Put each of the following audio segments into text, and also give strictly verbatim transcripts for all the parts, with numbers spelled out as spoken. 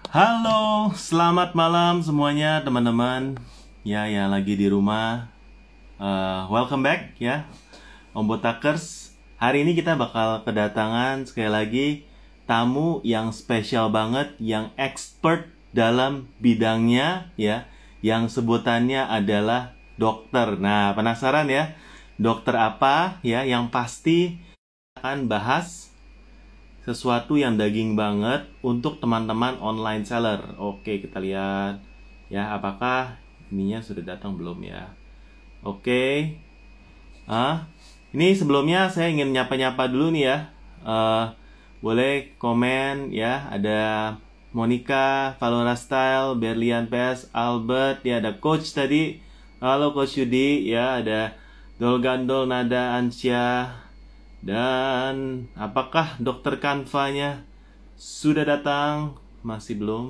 Halo, selamat malam semuanya teman-teman. Ya, yang lagi di rumah. Eh, welcome back ya, Om Botakers. Hari ini kita bakal kedatangan sekali lagi tamu yang spesial banget, yang expert dalam bidangnya ya, yang sebutannya adalah dokter. Nah, penasaran ya? Dokter apa ya? Yang pasti akan bahas sesuatu yang daging banget untuk teman-teman online seller. Oke, kita lihat ya, apakah ininya sudah datang belum ya. Oke. Ah, ini sebelumnya saya ingin nyapa-nyapa dulu nih ya. Eh, boleh komen ya, ada Monica, Valora Style, Berlian P S, Albert, ya ada coach tadi. Halo coach Yudi, ya ada Dolgandol, Nada, Ansya, dan apakah dokter Kanvanya sudah datang? Masih belum?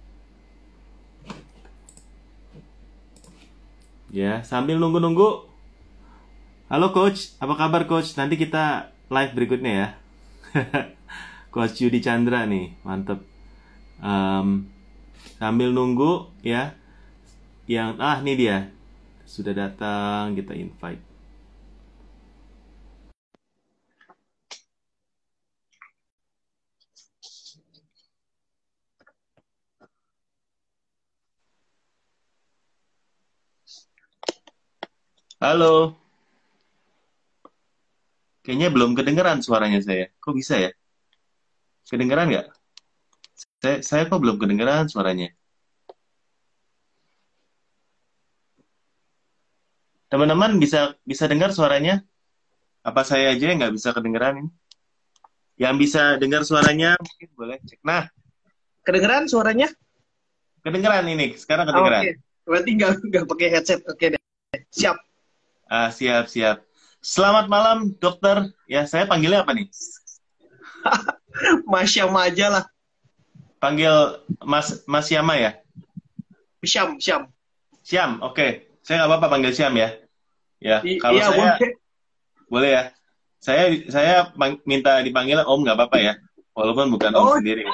Ya, sambil nunggu-nunggu. Halo coach, apa kabar coach? Nanti kita live berikutnya ya. Coach Yudi Chandra nih, mantep. Em, sambil nunggu ya, yang ah nih dia sudah datang, kita invite. Halo, kayaknya belum kedengeran suaranya saya. Kok bisa ya? Kedengeran nggak? Saya, saya kok belum kedengeran suaranya. Teman-teman bisa bisa dengar suaranya? Apa saya aja yang nggak bisa kedengeran ini? Yang bisa dengar suaranya mungkin boleh cek. Nah, Kedengeran suaranya? kedengeran ini. Sekarang Ah, kedengeran. Oke, berarti nggak nggak pakai headset. Oke deh, siap. Ah, siap, siap. Selamat malam, dokter. Ya, saya panggilnya apa nih? Masyam aja lah. Panggil Mas Mas Yama ya? Syam, Syam. Syam, oke. Saya nggak apa-apa panggil Syam ya. Ya, I- kalau iya saya boleh. boleh ya. Saya saya mang- minta dipanggil Om nggak apa-apa ya. Walaupun bukan Om Oh sendiri.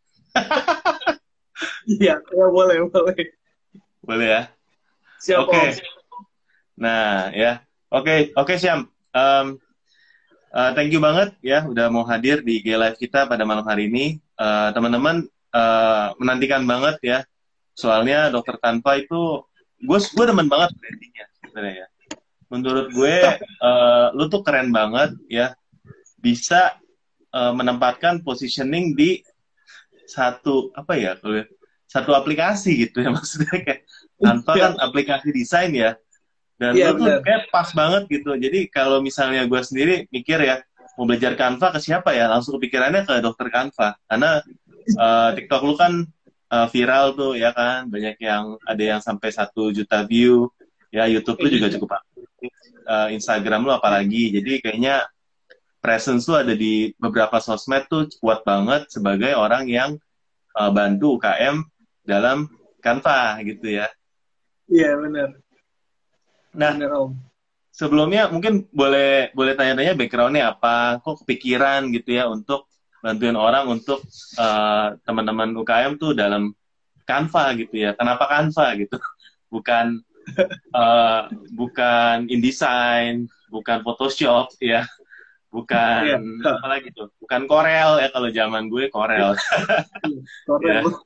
iya, iya boleh boleh. Boleh ya. Siap Oke. Om. Nah, ya. Oke, oke Syam. Em, eh, thank you banget ya udah mau hadir di G Live kita pada malam hari ini. Eh, teman-teman eh, menantikan banget ya. Soalnya Dokter Tanpa itu gue gue demen banget brandingnya sebenarnya ya. Menurut gue eh, lu tuh keren banget ya, bisa eh, menempatkan positioning di satu apa ya kalau ya, satu aplikasi gitu ya maksudnya kayak Tanpa Iya, kan aplikasi desain ya, dan iya lu tuh benar. kayak pas banget gitu. Jadi kalau misalnya gue sendiri mikir ya, mau belajar Canva ke siapa ya, langsung kepikirannya ke dokter Canva. Karena uh, TikTok lu kan uh, viral tuh ya kan, banyak yang ada yang sampai satu juta view ya. YouTube lu juga Iya, cukup aktif, uh, Instagram lu apalagi. Jadi kayaknya presence lu ada di beberapa sosmed tuh kuat banget sebagai orang yang uh, bantu U K M dalam Canva gitu ya. iya benar, Nah, benar Om. sebelumnya mungkin boleh boleh tanya-tanya backgroundnya apa, kok kepikiran gitu ya untuk bantuin orang untuk uh, teman-teman U K M tuh dalam Canva gitu ya. Kenapa Canva gitu? Bukan uh, bukan InDesign, bukan Photoshop ya, bukan Iya, apa lagi tuh, bukan Corel ya, kalau zaman gue Corel Corel. ya.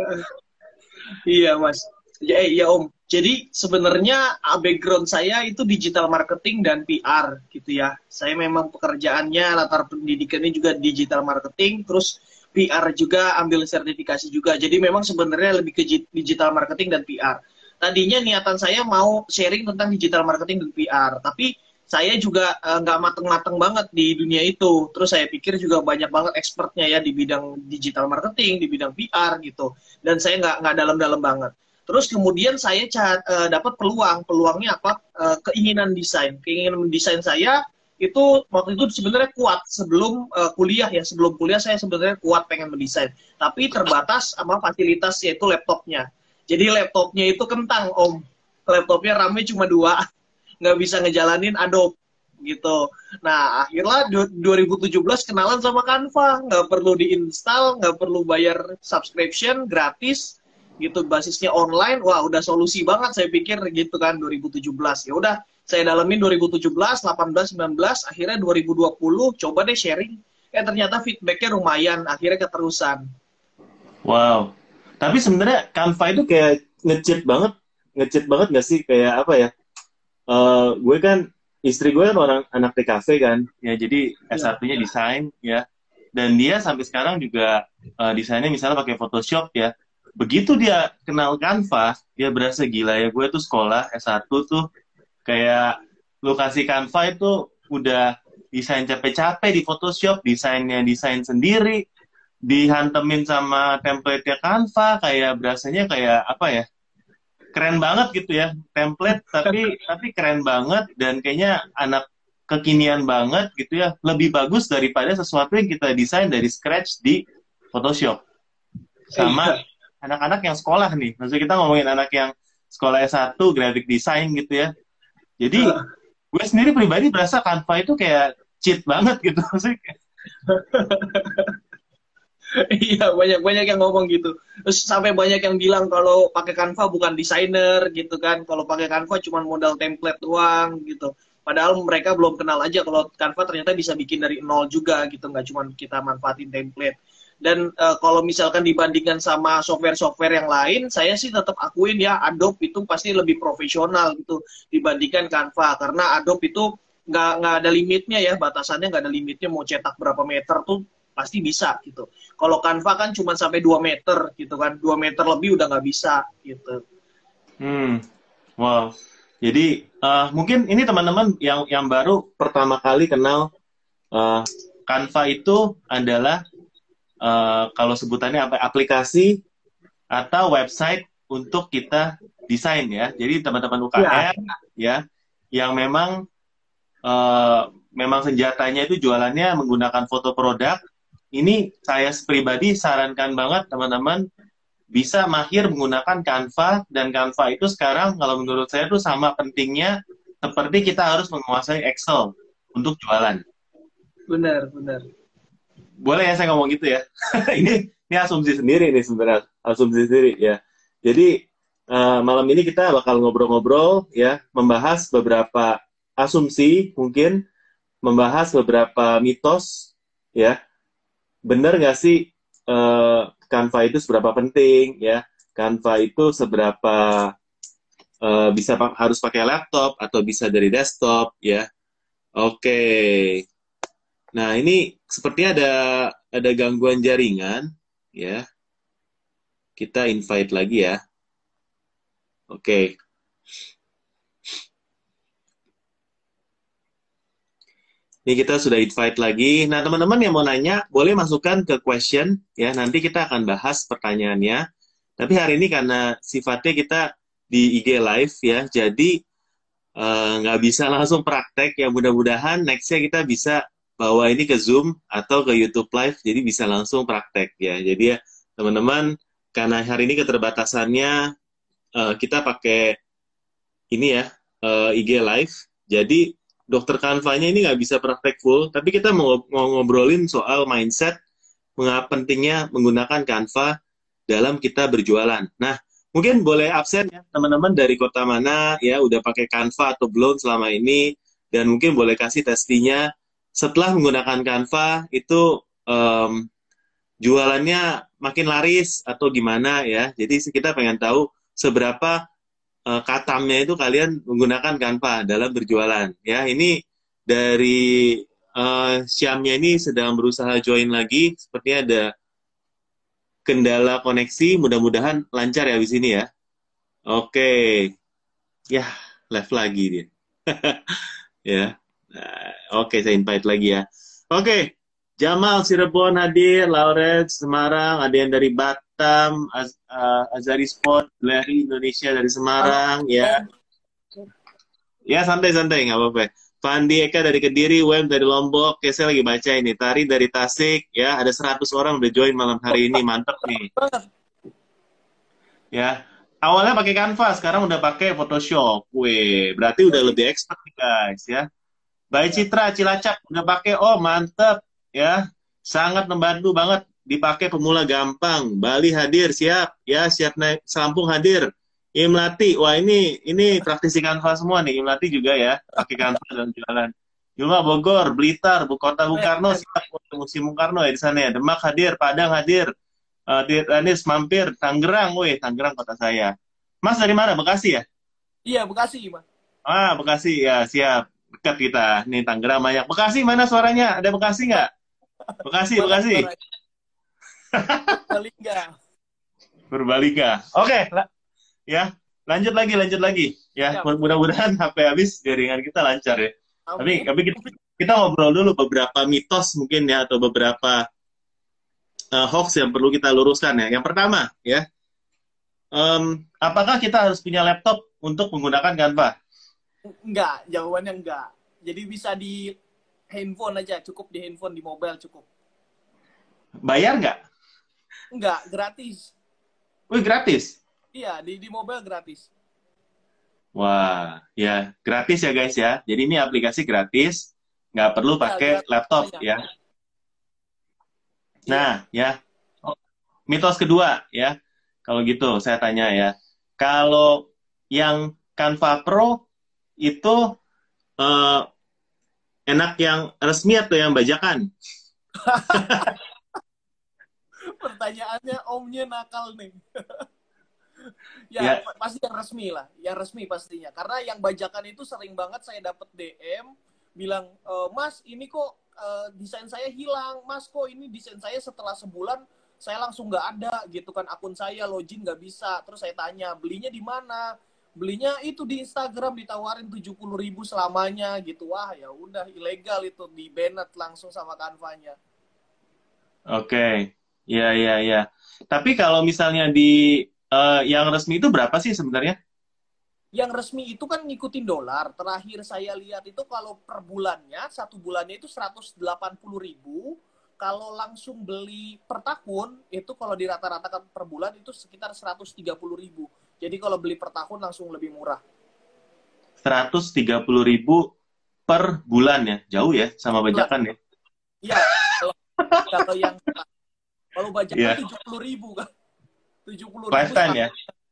Iya Mas. Ya, eh, iya Om. Jadi sebenarnya ah, background saya itu digital marketing dan P R gitu ya. Saya memang pekerjaannya latar pendidikannya juga digital marketing, terus P R juga ambil sertifikasi juga. Jadi memang sebenarnya lebih ke digital marketing dan P R. Tadinya niatan saya mau sharing tentang digital marketing dan P R, tapi saya juga eh, nggak mateng-mateng banget di dunia itu. Terus saya pikir juga banyak banget expertnya ya di bidang digital marketing, di bidang P R gitu. Dan saya nggak nggak dalam-dalam banget. Terus kemudian saya uh, dapat peluang, peluangnya apa? Uh, keinginan desain, keinginan desain saya itu waktu itu sebenarnya kuat sebelum uh, kuliah ya, sebelum kuliah saya sebenarnya kuat pengen mendesain, tapi terbatas sama fasilitas yaitu laptopnya. Jadi laptopnya itu kentang Om, laptopnya RAM-nya cuma dua, nggak bisa ngejalanin Adobe. gitu. Nah, akhirnya du- dua ribu tujuh belas kenalan sama Canva, nggak perlu diinstal, nggak perlu bayar subscription, gratis gitu, basisnya online. Wah, udah solusi banget saya pikir gitu kan dua ribu tujuh belas. Ya udah, saya dalamin dua ribu tujuh belas, delapan belas, sembilan belas, akhirnya dua ribu dua puluh coba deh sharing. Eh ternyata feedbacknya lumayan, akhirnya keterusan. Wow. Tapi sebenarnya Canva itu kayak nge-cheat banget, nge-cheat banget nggak sih? Kayak apa ya? Eh, gue kan istri gue kan orang anak T K V kan, ya jadi S Ya. satunya desain ya, dan dia sampai sekarang juga eh, desainnya misalnya pakai Photoshop ya. Begitu dia kenal Canva, dia berasa gila ya. Gue tuh sekolah S satu tuh kayak lokasi Canva itu udah desain capek-capek di Photoshop, desainnya desain sendiri, dihantemin sama template-nya Canva, kayak berasanya kayak apa ya? Keren banget gitu ya, template tapi tapi keren banget dan kayaknya anak kekinian banget gitu ya, lebih bagus daripada sesuatu yang kita desain dari scratch di Photoshop. Sama Iya. anak-anak yang sekolah nih, maksudnya kita ngomongin anak yang sekolah S satu graphic design gitu ya. Jadi gue sendiri pribadi berasa Canva itu kayak cheat banget gitu. Maksudnya kayak, Iya, banyak-banyak yang ngomong gitu. Terus sampai banyak yang bilang kalau pakai Canva bukan desainer gitu kan. Kalau pakai Canva cuma modal template doang gitu. Padahal mereka belum kenal aja kalau Canva ternyata bisa bikin dari nol juga gitu, nggak cuma kita manfaatin template. Dan uh, kalau misalkan dibandingkan sama software-software yang lain, saya sih tetap akuin ya Adobe itu pasti lebih profesional gitu dibandingkan Canva, karena Adobe itu nggak nggak ada limitnya ya, batasannya nggak ada limitnya, mau cetak berapa meter tuh pasti bisa gitu. Kalau Canva kan cuma sampai dua meter gitu kan. Dua meter lebih udah nggak bisa gitu. hmm, wow. Jadi eh, mungkin ini teman-teman yang yang baru pertama kali kenal eh, Canva itu adalah eh, kalau sebutannya apa, aplikasi atau website untuk kita desain ya. Jadi teman-teman Ya, U K M ya yang memang eh, memang senjatanya itu jualannya menggunakan foto produk. Ini saya pribadi sarankan banget teman-teman bisa mahir menggunakan Canva, dan Canva itu sekarang kalau menurut saya tuh sama pentingnya seperti kita harus menguasai Excel untuk jualan. benar, benar. Boleh ya saya ngomong gitu ya? ini ini asumsi sendiri nih sebenarnya, asumsi sendiri ya. Jadi eh, malam ini kita bakal ngobrol-ngobrol ya, membahas beberapa asumsi, mungkin membahas beberapa mitos ya. Bener nggak sih eh, Canva itu seberapa penting ya? Canva itu seberapa eh, bisa pa- harus pakai laptop atau bisa dari desktop ya? Oke. Nah, ini seperti ada ada gangguan jaringan ya. Kita invite lagi ya. Oke. Ini kita sudah invite lagi. Nah, teman-teman yang mau nanya, boleh masukkan ke question ya. Nanti kita akan bahas pertanyaannya. Tapi hari ini karena sifatnya kita di I G Live ya, jadi eh, nggak bisa langsung praktek. Ya mudah-mudahan nextnya kita bisa bawa ini ke Zoom atau ke YouTube Live, jadi bisa langsung praktek ya. Jadi ya teman-teman, karena hari ini keterbatasannya eh, kita pakai ini ya, eh, I G Live, jadi dokter Canva-nya ini nggak bisa praktek full, tapi kita mau, mau ngobrolin soal mindset, mengapa pentingnya menggunakan Canva dalam kita berjualan. Nah, mungkin boleh absen ya teman-teman dari kota mana ya udah pakai Canva atau belum selama ini, dan mungkin boleh kasih testinya setelah menggunakan Canva itu em, jualannya makin laris atau gimana ya. Jadi kita pengen tahu seberapa eh, katamnya itu kalian menggunakan Canva dalam berjualan ya. Ini dari eh, Syamnya ini sedang berusaha join lagi, sepertinya ada kendala koneksi, mudah-mudahan lancar ya di sini ya. Oke, ya live lagi dia. Ya, nah, oke saya invite lagi ya. Oke, Jamal Cirebon hadir, Lawrence Semarang, ada yang dari Batam, Az uh, Azari Sport, Larry Indonesia dari Semarang, ya. Ya santai-santai nggak apa-apa. Fandi Eka dari Kediri, Wem dari Lombok. Oke, saya lagi baca ini. Tari dari Tasik, ya ada seratus orang udah join malam hari ini, mantep nih. Ya, awalnya pakai Canva, sekarang udah pakai Photoshop. Weh, berarti udah lebih expert nih guys ya. Baik Ya. Citra, Cilacap udah pakai. Oh, mantep ya. Sangat membantu banget dipakai pemula gampang. Bali hadir, siap. Ya, siap naik Selampung hadir. Imlati, wah ini ini praktisi Canva semua nih. Imlati juga ya, pakai Canva dan jualan. Yuma Bogor, Blitar, Bu Kota Bung Karno Keren. siap untuk musim Bung Karno ya di sana ya. Demak hadir, Padang hadir. Uh, Danis mampir, Tangerang, weh Tangerang kota saya. Mas dari mana? Bekasi ya? Iya, Bekasi, Mas. Ah, Bekasi ya, siap. Dekat kita. Nih Tangerang banyak. Bekasi mana suaranya? Ada Bekasi nggak? Bekasi, Mana Bekasi. suara Purbalingga? Purbalingga. Oke, la- ya. Lanjut lagi, lanjut lagi. Ya, Siap. mudah-mudahan H P habis, jaringan kita lancar ya. Tapi, Amin. tapi kita, kita ngobrol dulu beberapa mitos mungkin ya, atau beberapa uh, hoax yang perlu kita luruskan ya. Yang pertama ya, um, apakah kita harus punya laptop untuk menggunakan Canva? Enggak, jawabannya enggak. Jadi bisa di handphone aja, cukup di handphone, di mobile cukup. Bayar nggak? Enggak, gratis. Wih, gratis. Iya, di di mobile gratis. Wah, ya gratis ya guys ya. Jadi ini aplikasi gratis, nggak perlu Iya, pakai gratis laptop banyak. ya. Iya. Nah, ya. Oh, mitos kedua ya. Kalau gitu saya tanya ya. Kalau yang Canva Pro itu eh, enak yang resmi atau yang bajakan? Pertanyaannya omnya nakal nih. Ya, Ya, pasti yang resmi lah. Yang resmi pastinya. Karena yang bajakan itu sering banget saya dapet D M bilang, e, Mas, ini kok uh, desain saya hilang. Mas, kok ini desain saya setelah sebulan saya langsung nggak ada gitu kan, akun saya login nggak bisa. Terus saya tanya, belinya di mana? Belinya itu di Instagram ditawarin tujuh puluh ribu selamanya gitu. Wah, ya udah ilegal itu, di banned langsung sama Canva-nya. oke. Ya, ya, ya. Tapi kalau misalnya di eh, yang resmi itu berapa sih sebenarnya? Yang resmi itu kan ngikutin dolar. Terakhir saya lihat itu kalau per bulannya, satu bulannya itu seratus delapan puluh ribu. Kalau langsung beli per tahun, itu kalau dirata-ratakan per bulan itu sekitar seratus tiga puluh ribu. Jadi kalau beli per tahun langsung lebih murah. Seratus tiga puluh ribu per bulan ya. Jauh ya sama Bulan. bajakan ya. Iya, kalau, kalau yang kalau bajakan Iya, tujuh puluh ribu kan. tujuh puluh ribu lifetime ya.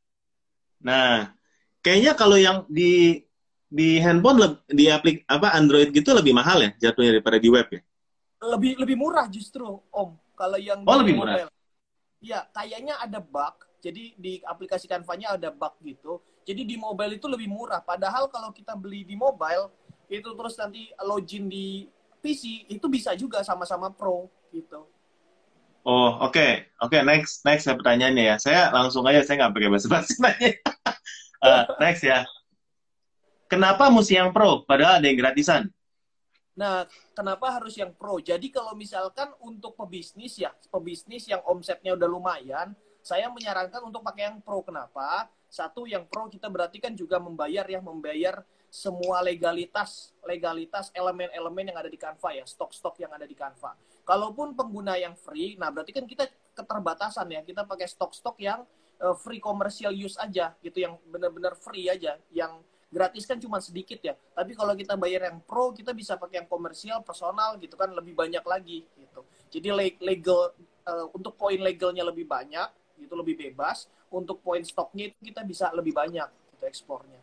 Nah, kayaknya kalau yang di di handphone leb- di aplik apa Android gitu lebih mahal ya jatuhnya daripada di web ya. lebih lebih murah justru, Om. Kalau yang Oh, di lebih murah. mobile. Ya, kayaknya ada bug. Jadi di aplikasi Canva-nya ada bug gitu. Jadi di mobile itu lebih murah. Padahal kalau kita beli di mobile, itu terus nanti login di P C, itu bisa juga sama-sama Pro gitu. Oh, oke. Oke, next next saya pertanyaannya ya. Saya langsung aja, saya nggak pakai basa-basi nanya. Eh, next ya. Kenapa mesti yang pro padahal ada yang gratisan? Nah, kenapa harus yang pro? Jadi kalau misalkan untuk pebisnis ya, pebisnis yang omsetnya udah lumayan, saya menyarankan untuk pakai yang pro. Kenapa? Satu, yang pro kita berarti kan juga membayar ya, membayar semua legalitas, legalitas elemen-elemen yang ada di Canva ya, stok-stok yang ada di Canva. Kalaupun pengguna yang free, nah berarti kan kita keterbatasan ya, kita pakai stok-stok yang uh, free commercial use aja, gitu, yang benar-benar free aja, yang gratis kan cuma sedikit ya. Tapi kalau kita bayar yang pro, kita bisa pakai yang komersial, personal gitu kan, lebih banyak lagi gitu. Jadi legal uh, untuk poin legalnya lebih banyak, gitu, lebih bebas. Untuk poin stoknya itu kita bisa lebih banyak gitu ekspornya.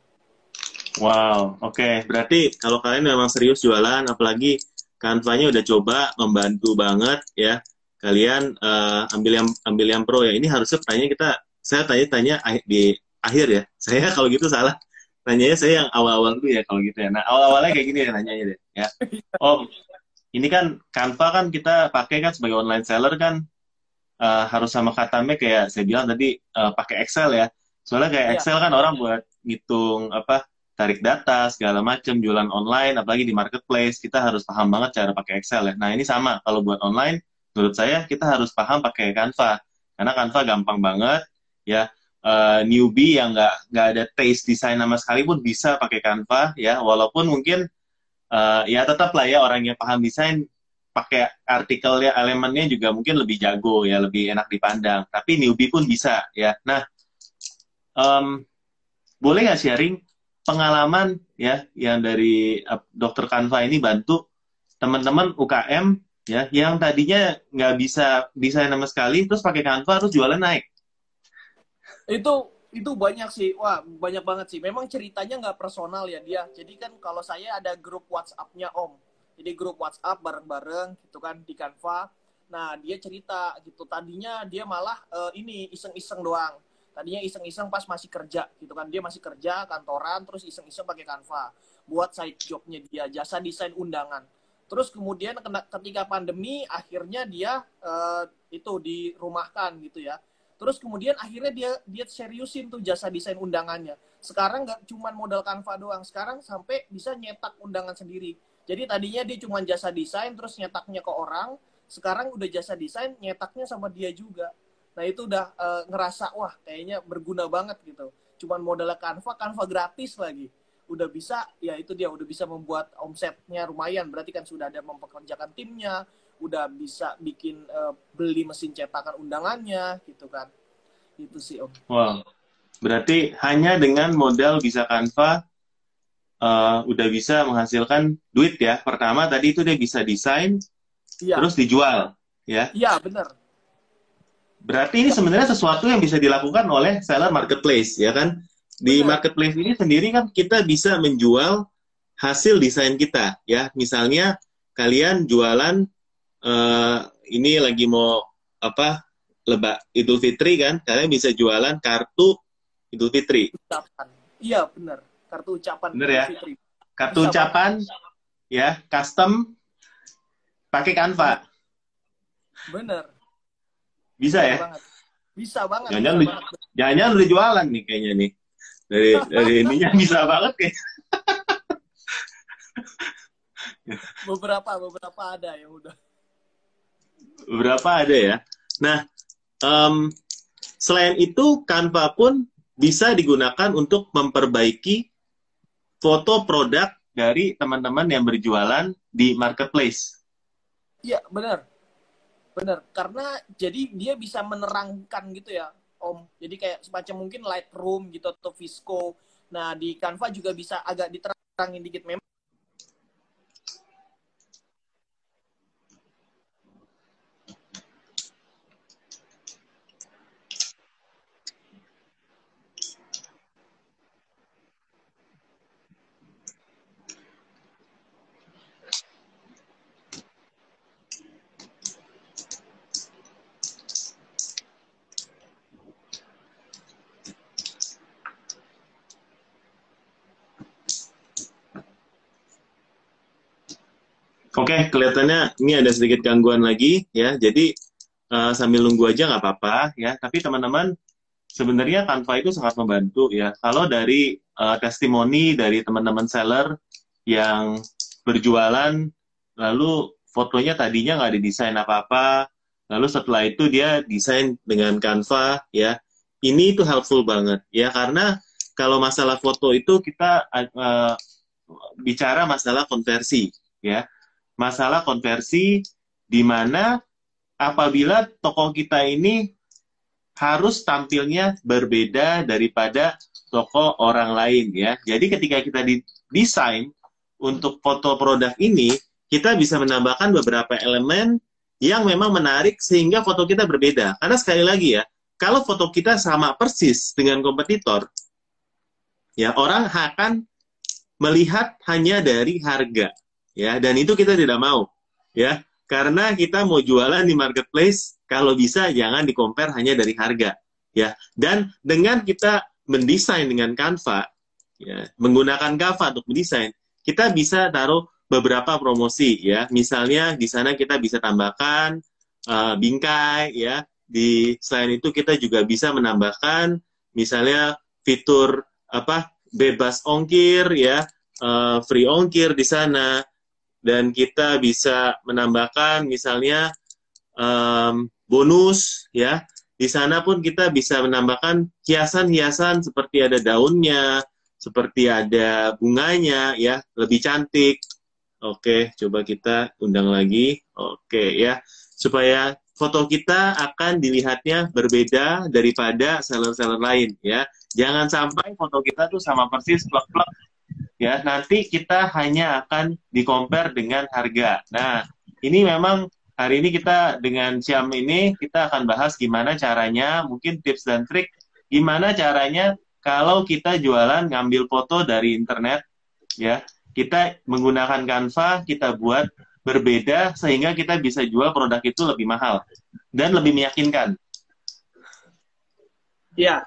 Wow, oke. Berarti kalau kalian memang serius jualan, apalagi Canva-nya udah coba membantu banget ya. Kalian eh, ambil yang ambil yang pro ya. Ini harusnya pertanyaan kita, saya tanya-tanya di akhir ya. Saya kalau gitu salah. Tanyanya saya yang awal-awal dulu ya kalau gitu ya. Nah, awal-awalnya kayak gini ya nanyanya deh ya. Oh, ini kan Canva kan kita pakai kan sebagai online seller kan eh, harus sama katanya kayak saya bilang tadi eh, pakai Excel ya. Soalnya kayak Iya, Excel kan orang buat ngitung apa tarik data segala macam jualan online apalagi di marketplace kita harus paham banget cara pakai Excel ya. Nah, ini sama kalau buat online menurut saya kita harus paham pakai Canva karena Canva gampang banget ya. Eh, newbie yang nggak nggak ada taste desain sama sekali pun bisa pakai Canva ya walaupun mungkin eh, ya tetap lah ya orang yang paham desain pakai artikelnya elemennya juga mungkin lebih jago ya lebih enak dipandang tapi newbie pun bisa ya. Nah, em, boleh nggak sharing pengalaman ya yang dari uh, dokter Kanva ini bantu teman-teman U K M ya yang tadinya nggak bisa desain sama sekali terus pakai Canva terus jualan naik. Itu itu banyak sih, wah banyak banget sih. Memang ceritanya nggak personal ya dia. Jadi kan kalau saya ada grup WhatsApp-nya Om. Jadi grup WhatsApp bareng-bareng gitu kan di Canva. Nah dia cerita gitu. Tadinya dia malah uh, ini iseng-iseng doang. Tadinya iseng-iseng pas masih kerja gitu kan. Dia masih kerja kantoran terus iseng-iseng pakai Canva. Buat side job-nya dia, jasa desain undangan. Terus kemudian ketika pandemi akhirnya dia uh, itu dirumahkan gitu ya. Terus kemudian akhirnya dia dia seriusin tuh jasa desain undangannya. Sekarang nggak cuma modal Canva doang, sekarang sampai bisa nyetak undangan sendiri. Jadi tadinya dia cuma jasa desain terus nyetaknya ke orang, sekarang udah jasa desain nyetaknya sama dia juga. Nah itu udah e, ngerasa wah kayaknya berguna banget gitu. Cuman modal Canva, Canva gratis lagi. Udah bisa, ya itu dia udah bisa membuat omsetnya lumayan. Berarti kan sudah ada mempekerjakan timnya, udah bisa bikin uh, beli mesin cetakan undangannya gitu kan. Itu sih Om. Wow. Berarti hanya dengan modal bisa Canva uh, udah bisa menghasilkan duit ya. Pertama tadi itu dia bisa desain ya. Terus dijual ya. Iya, benar. Berarti ini sebenarnya sesuatu yang bisa dilakukan oleh seller marketplace ya kan. Di benar. Marketplace ini sendiri kan kita bisa menjual hasil desain kita ya. Misalnya kalian jualan Uh, ini lagi mau apa Lebak Idul Fitri kan, kalian bisa jualan kartu Idul Fitri. Ucapan. Iya benar, kartu ucapan. Bener ya, Fitri. Kartu bisa ucapan banget. Ya, custom pakai Canva. Bener. Bisa, bisa ya? Banget. Bisa banget. Jangan-jangan udah, jangan udah jualan nih kayaknya nih dari dari ininya bisa banget kayak. beberapa beberapa ada yang udah. Beberapa ada ya. Nah, um, selain itu Canva pun bisa digunakan untuk memperbaiki foto produk dari teman-teman yang berjualan di marketplace. Iya, benar. Benar. Karena jadi dia bisa menerangkan gitu ya, Om. Jadi kayak semacam mungkin Lightroom gitu atau Visco. Nah, di Canva juga bisa agak diterangin dikit. Memang Oke, okay, kelihatannya ini ada sedikit gangguan lagi ya. Jadi uh, sambil nunggu aja nggak apa-apa ya. Tapi teman-teman sebenarnya Canva itu sangat membantu ya. Kalau dari uh, testimoni dari teman-teman seller yang berjualan, lalu fotonya tadinya nggak didesain apa-apa, lalu setelah itu dia desain dengan Canva ya. Ini itu helpful banget ya karena kalau masalah foto itu kita uh, bicara masalah konversi ya. Masalah konversi di mana apabila toko kita ini harus tampilnya berbeda daripada toko orang lain ya. Jadi ketika kita desain untuk foto produk ini, kita bisa menambahkan beberapa elemen yang memang menarik sehingga foto kita berbeda. Karena sekali lagi ya, kalau foto kita sama persis dengan kompetitor, ya orang akan melihat hanya dari harga. Ya, dan itu kita tidak mau, ya, karena kita mau jualan di marketplace, kalau bisa jangan di-compare hanya dari harga, ya. Dan dengan kita mendesain dengan Canva, ya, menggunakan Canva untuk mendesain, kita bisa taruh beberapa promosi, ya. Misalnya di sana kita bisa tambahkan uh, bingkai, ya. Di selain itu kita juga bisa menambahkan, misalnya fitur apa bebas ongkir, ya, uh, free ongkir di sana. Dan kita bisa menambahkan misalnya um, bonus ya. Di sana pun kita bisa menambahkan hiasan-hiasan seperti ada daunnya, seperti ada bunganya ya, lebih cantik. Oke, coba kita undang lagi. Oke ya, supaya foto kita akan dilihatnya berbeda daripada seller-seller lain ya. Jangan sampai foto kita tuh sama persis plek-plek ya. Nanti kita hanya akan di-compare dengan harga. Nah, ini memang hari ini kita dengan Syam ini kita akan bahas gimana caranya, mungkin tips dan trik gimana caranya kalau kita jualan ngambil foto dari internet ya. Kita menggunakan Canva, kita buat berbeda sehingga kita bisa jual produk itu lebih mahal dan lebih meyakinkan. Ya.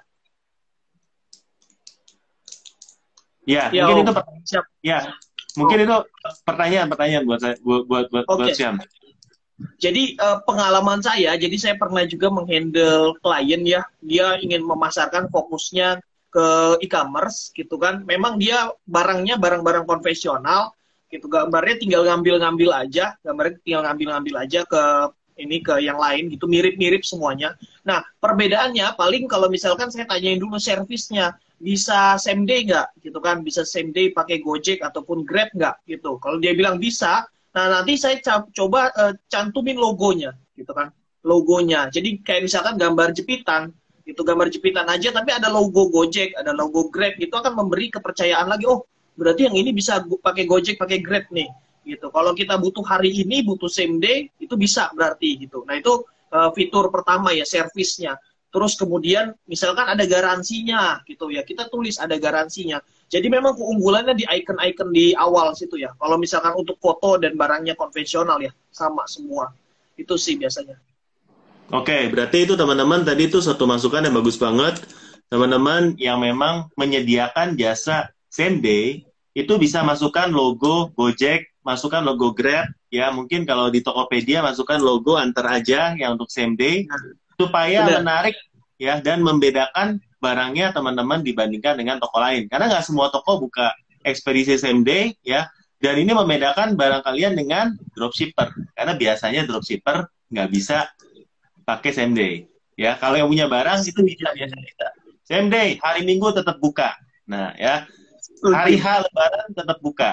Ya, Ya, mungkin Om. itu Siap. ya, mungkin itu pertanyaan-pertanyaan buat saya, buat buat buat, buat Oke. Syam. Jadi eh, pengalaman saya, jadi saya pernah juga menghandle klien ya, dia ingin memasarkan fokusnya ke e-commerce gitu kan. Memang dia barangnya barang-barang konvensional gitu, gambarnya tinggal ngambil-ngambil aja, gambarnya tinggal ngambil-ngambil aja ke ini ke yang lain gitu, mirip-mirip semuanya. Nah, perbedaannya paling kalau misalkan saya tanyain dulu servisnya, bisa same day nggak gitu kan, bisa same day pakai Gojek ataupun Grab nggak gitu. Kalau dia bilang bisa, nah nanti saya ca- coba eh, cantumin logonya gitu kan, logonya. Jadi kayak misalkan gambar jepitan, itu gambar jepitan aja tapi ada logo Gojek, ada logo Grab, itu akan memberi kepercayaan lagi. Oh, berarti yang ini bisa gu- pakai Gojek, pakai Grab nih gitu. Kalau kita butuh hari ini, butuh same day, itu bisa berarti gitu. Nah, itu eh, fitur pertama ya, servisnya. Terus kemudian misalkan ada garansinya gitu ya, kita tulis ada garansinya. Jadi memang keunggulannya di icon-icon di awal situ ya. Kalau misalkan untuk foto dan barangnya konvensional ya, sama semua. Itu sih biasanya. Oke, berarti itu teman-teman tadi itu satu masukan yang bagus banget. Teman-teman yang memang menyediakan jasa same day itu bisa masukkan logo Gojek, masukkan logo Grab, ya mungkin kalau di Tokopedia masukkan logo antar aja yang untuk same day supaya Benar. menarik ya dan membedakan barangnya teman-teman dibandingkan dengan toko lain. Karena nggak semua toko buka ekspedisi same day ya. Dan ini membedakan barang kalian dengan dropshipper. Karena biasanya dropshipper nggak bisa pakai same day. Ya, kalau yang punya barang itu bisa biasanya bisa. Same day, hari Minggu tetap buka. Nah, ya. Hari H Lebaran tetap buka.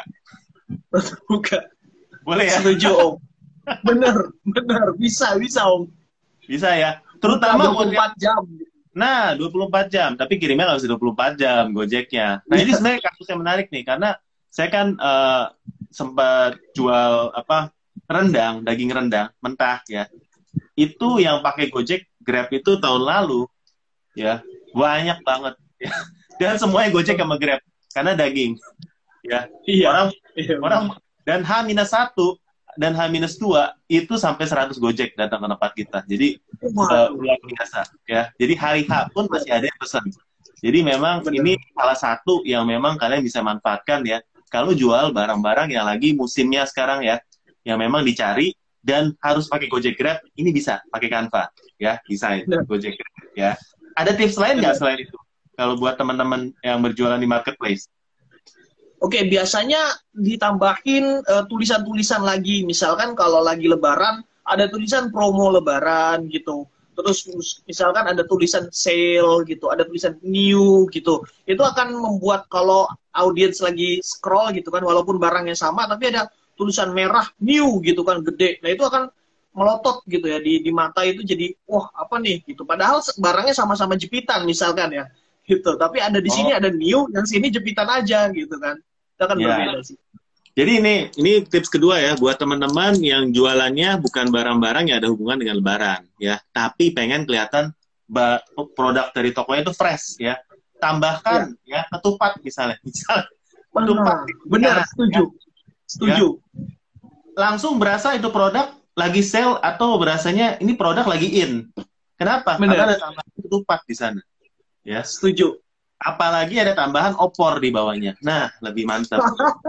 Buka. Boleh ya? Setuju, Om. Bener, bener. Bisa, bisa, Om. Bisa ya. Terutama buat dua puluh empat jam. Nah, dua puluh empat jam, tapi kirimnya nggak bisa dua puluh empat jam Gojeknya. Nah, ini sebenarnya kasus yang menarik nih karena saya kan eh, sempat jual apa? Rendang, daging rendang mentah ya. Itu yang pakai Gojek, Grab itu tahun lalu ya, banyak banget ya. Dan semuanya Gojek sama Grab karena daging. Ya. Iya. Orang Iya, orang dan H minus satu dan H minus dua itu sampai seratus Gojek datang ke tempat kita. Jadi uh, luar biasa ya. Jadi hari H pun masih ada yang pesan. Jadi memang Benar. ini salah satu yang memang kalian bisa manfaatkan ya. Kalau jual barang-barang yang lagi musimnya sekarang ya, yang memang dicari dan harus pakai Gojek Grab, ini bisa pakai Canva ya, desain Benar. Gojek Grab ya. Ada tips lain nggak Benar. selain itu? Kalau buat teman-teman yang berjualan di marketplace? Oke, biasanya ditambahin uh, tulisan-tulisan lagi. Misalkan kalau lagi Lebaran, ada tulisan promo Lebaran gitu. Terus misalkan ada tulisan sale gitu, ada tulisan new gitu. Itu akan membuat kalau audiens lagi scroll gitu kan, walaupun barangnya sama, tapi ada tulisan merah new gitu kan, gede. Nah itu akan melotot gitu ya di, di mata itu jadi, wah apa nih gitu. Padahal barangnya sama-sama jepitan misalkan ya, gitu. Tapi ada di sini Oh. ada new, yang sini jepitan aja gitu kan. Itu akan Ya. berbeda sih. Jadi ini ini tips kedua ya buat teman-teman yang jualannya bukan barang-barang yang ada hubungan dengan lebaran ya, tapi pengen kelihatan ba- produk dari tokonya itu fresh ya. Tambahkan ya, ketupat misalnya. Misal ketupat. Benar, Ya, setuju. Setuju. langsung berasa itu produk lagi sale atau berasanya ini produk lagi in. Kenapa? Benar. Karena ada tambahan ketupat di sana. Ya. Setuju. Apalagi ada tambahan opor di bawahnya. Nah, lebih mantap.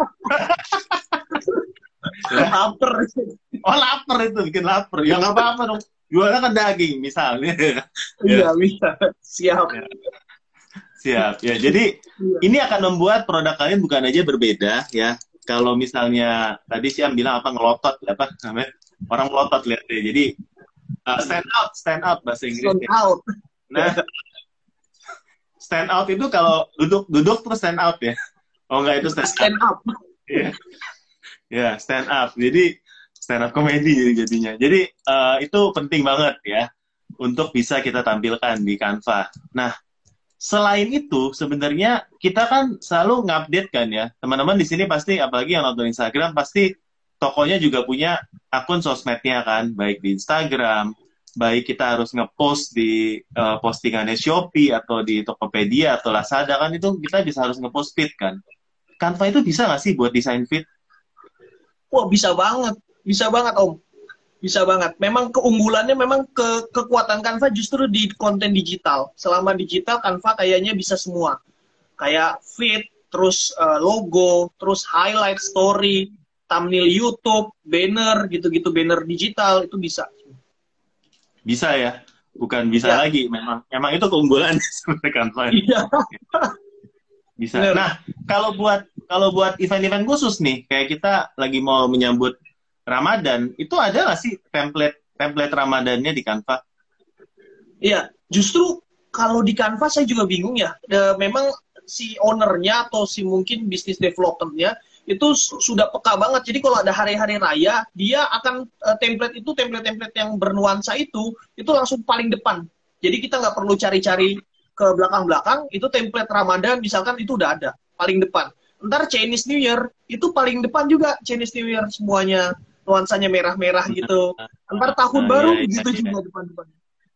Ya. Lapar. Oh, lapar itu, bikin lapar. Ya nggak apa-apa dong. Jualnya kan daging, misalnya. Iya, bisa. Siap. Ya. Siap. Ya, jadi Iya. ini akan membuat produk kalian bukan aja berbeda ya. Kalau misalnya tadi Syam bilang apa ngelotot apa namanya? Orang melotot lihat deh. Jadi uh, stand out, stand out bahasa Stand Inggrisnya. out. Nah, stand out itu kalau duduk duduk terus stand out ya. Oh enggak, itu stand, Stand up. Ya, ya stand up. Jadi stand up komedi jadi jadinya. Jadi uh, itu penting banget ya untuk bisa kita tampilkan di Canva. Nah, selain itu sebenarnya kita kan selalu ngupdate kan ya. Teman-teman di sini pasti, apalagi yang nonton Instagram, pasti tokonya juga punya akun sosmednya kan, baik di Instagram, baik kita harus ngepost di uh, postingannya Shopee atau di Tokopedia atau Lazada kan, itu kita bisa harus ngepost feed kan. Canva itu bisa nggak sih buat desain feed? Wah, bisa banget. Bisa banget, Om. Bisa banget. Memang keunggulannya memang ke kekuatan Canva justru di konten digital. Selama digital, Canva kayaknya bisa semua. Kayak feed, terus uh, logo, terus highlight story, thumbnail YouTube, banner, gitu-gitu, banner digital, itu bisa. Bisa ya? Bukan bisa Ya. lagi. Memang memang itu keunggulan sebenarnya Canva. Iya. Bisa. Bener. Nah, kalau buat kalau buat event-event khusus nih, kayak kita lagi mau menyambut Ramadan, itu ada nggak sih template template Ramadannya di Canva? Iya, justru kalau di Canva saya juga bingung ya. E, memang si ownernya atau si mungkin bisnis developernya itu su- sudah peka banget. Jadi kalau ada hari-hari raya, dia akan e, template itu, template-template yang bernuansa itu, itu langsung paling depan. Jadi kita nggak perlu cari-cari ke belakang-belakang, itu template Ramadan misalkan itu udah ada, paling depan. Ntar Chinese New Year, itu paling depan juga Chinese New Year semuanya. Nuansanya merah-merah gitu. Ntar tahun Nah, baru ya, ya, gitu ya. juga depan-depan.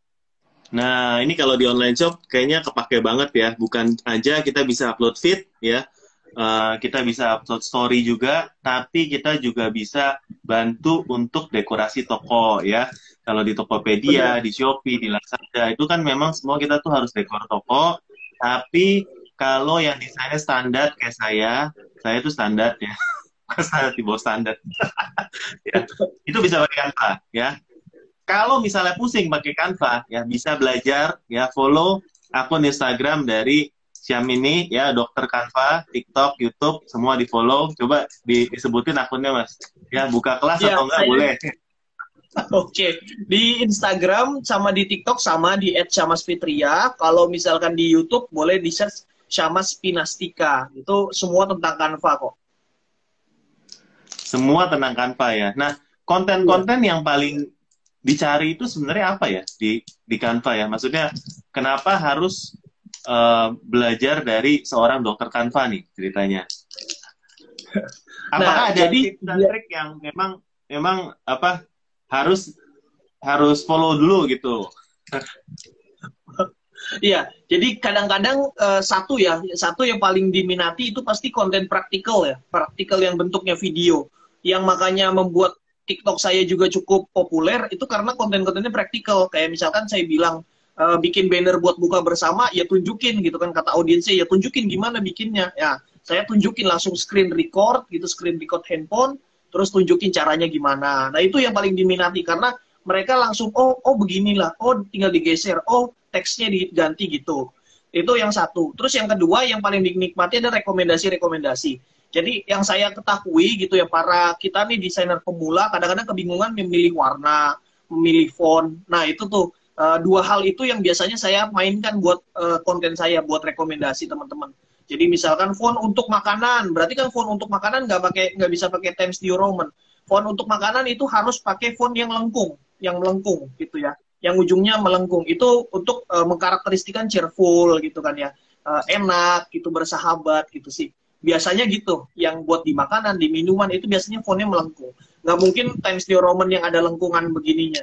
Nah, ini kalau di online shop kayaknya kepake banget ya. Bukan aja kita bisa upload feed ya, eh, kita bisa upload story juga, tapi kita juga bisa bantu untuk dekorasi toko ya. Kalau di Tokopedia, Bener. di Shopee, di Lazada, itu kan memang semua kita tuh harus dekor toko. Tapi kalau yang desainnya standar kayak saya, saya tuh standar ya. Saya di bawah standar. Ya. Itu bisa pakai Canva ya. Kalau misalnya pusing pakai Canva, ya bisa belajar, ya follow akun Instagram dari Syamini, ya Dokter Canva, TikTok, YouTube, semua di follow. Coba di- disebutin akunnya mas. Ya buka kelas Ya, atau enggak saya boleh. oke. Di Instagram sama di TikTok sama di et syamas fitria. Kalau misalkan di YouTube boleh di search Syamas Pinastika. Itu semua tentang Canva kok. Semua tentang Canva ya. Nah, Iya. konten-konten yang paling dicari itu sebenarnya apa ya di di Canva ya? Maksudnya kenapa harus eh, belajar dari seorang dokter Canva nih ceritanya? Apakah Nah, ada jadi tips dan dia- trik yang memang memang apa harus harus follow dulu gitu? Iya, jadi kadang-kadang eh, satu ya, satu yang paling diminati itu pasti konten praktikal ya, praktikal yang bentuknya video. Yang makanya membuat TikTok saya juga cukup populer itu karena konten-kontennya praktikal. Kayak misalkan saya bilang eh, bikin banner buat buka bersama, ya tunjukin gitu kan kata audiensnya, ya tunjukin gimana bikinnya. Ya, saya tunjukin langsung screen record gitu, screen record handphone, terus tunjukin caranya gimana. Nah itu yang paling diminati karena mereka langsung oh oh beginilah, oh tinggal digeser, oh teksnya diganti gitu. Itu yang satu. Terus yang kedua yang paling dinikmati ada rekomendasi-rekomendasi. Jadi yang saya ketahui gitu ya para kita nih desainer pemula kadang-kadang kebingungan memilih warna, memilih font. Nah itu tuh uh, dua hal itu yang biasanya saya mainkan buat uh, konten saya, buat rekomendasi teman-teman. Jadi misalkan font untuk makanan, berarti kan font untuk makanan nggak pakai nggak bisa pakai Times New Roman. Font untuk makanan itu harus pakai font yang lengkung, yang melengkung gitu ya, yang ujungnya melengkung. Itu untuk uh, mengkarakteristikan cheerful gitu kan ya, uh, enak gitu, bersahabat gitu sih. Biasanya gitu, yang buat di makanan, di minuman itu biasanya fontnya melengkung. Nggak mungkin Times New Roman yang ada lengkungan begininya.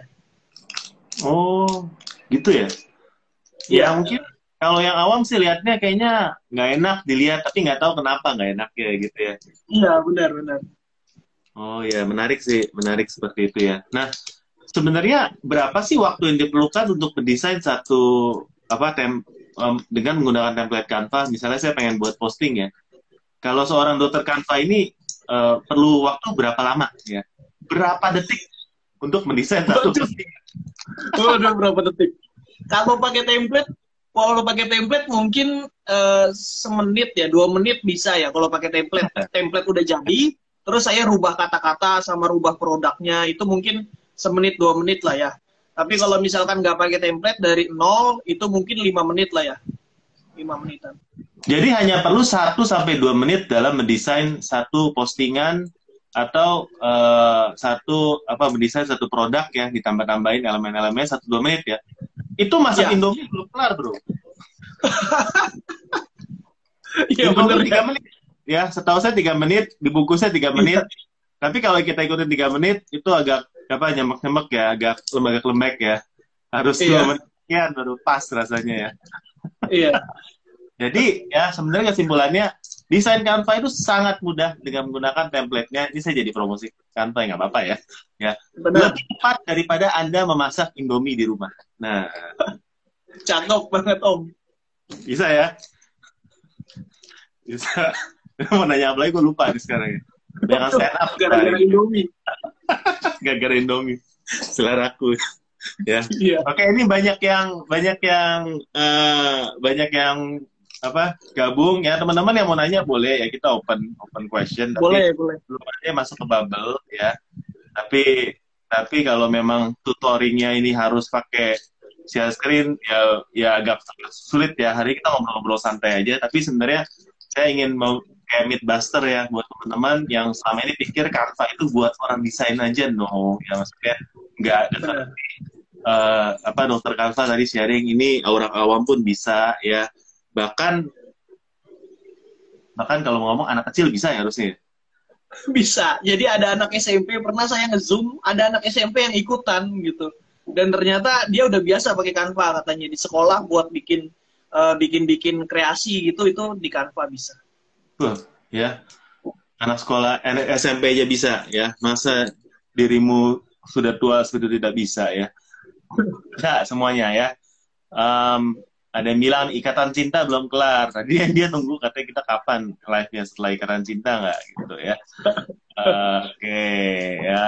Oh, gitu ya? Ya Ya, mungkin kalau yang awam sih lihatnya kayaknya nggak enak dilihat, tapi nggak tahu kenapa nggak enak ya gitu ya. iya benar-benar. Oh ya, menarik sih, menarik seperti itu ya. Nah, sebenarnya berapa sih waktu yang diperlukan untuk mendesain satu apa tem em, dengan menggunakan template Canva? Misalnya saya pengen buat posting ya. Kalau seorang dokter Canva ini eh, perlu waktu berapa lama ya? Berapa detik untuk mendesain satu Waduh. posting? Waduh, berapa detik? Kalau pakai template, kalau pakai template mungkin eh, semenit ya, dua menit bisa ya. Kalau pakai template, template udah jadi, terus saya rubah kata-kata sama rubah produknya, itu mungkin semenit dua menit lah ya. Tapi kalau misalkan nggak pakai template dari nol, itu mungkin lima menit lah ya, lima menitan. Jadi hanya perlu satu sampai dua menit dalam mendesain satu postingan atau eh, satu apa mendesain satu produk ya, ditambah-tambahin elemen-elemennya satu dua menit ya. Itu masak Ya. Indomie belum kelar, Bro. Iya Info bener itu tiga ya. menit. Ya, setahu saya tiga menit, dibungkusnya tiga menit. Tapi kalau kita ikutin tiga menit, itu agak apa nyemek-nyemek ya, agak lembek-lembek ya. Harus dua Iya, menit sekian baru pas rasanya ya. iya, Jadi ya sebenarnya kesimpulannya desain Canva itu sangat mudah dengan menggunakan template-nya. Ini saya jadi promosi Canva ya nggak apa-apa ya. Ya benar. lebih cepat daripada Anda memasak Indomie di rumah. Nah Cakep banget Om. bisa ya, bisa. Mau nanya apa lagi gue lupa nih sekarang ya. Jangan stand up Gara-gara Indomie. gara-gara Indomie. Seleraku. Ya. Iya, Oke, ini banyak yang banyak yang eh, banyak yang apa gabung ya teman-teman yang mau nanya boleh ya kita open open question tapi boleh, boleh. belum aja masuk ke bubble ya tapi tapi kalau memang tutorialnya ini harus pakai share screen ya ya agak sulit ya hari ini kita ngobrol-ngobrol santai aja tapi sebenarnya saya ingin mau kayak Mythbuster ya buat teman-teman yang selama ini pikir Canva itu buat orang desain aja no ya maksudnya nggak ada Benar. eh, apa dokter Canva tadi sharing ini orang awam pun bisa ya bahkan bahkan kalau mau ngomong anak kecil bisa ya harusnya. Bisa. Jadi ada anak S M P, pernah saya nge-zoom, ada anak S M P yang ikutan gitu. Dan ternyata dia udah biasa pakai Canva katanya di sekolah buat bikin eh, bikin-bikin kreasi gitu itu di Canva bisa. Tuh, ya anak sekolah anak S M P aja bisa ya masa dirimu sudah tua sudah tidak bisa ya bisa semuanya ya. Em, ada yang bilang ikatan cinta belum kelar tadi yang dia tunggu katanya kita kapan live-nya setelah ikatan cinta nggak gitu ya. Oke ya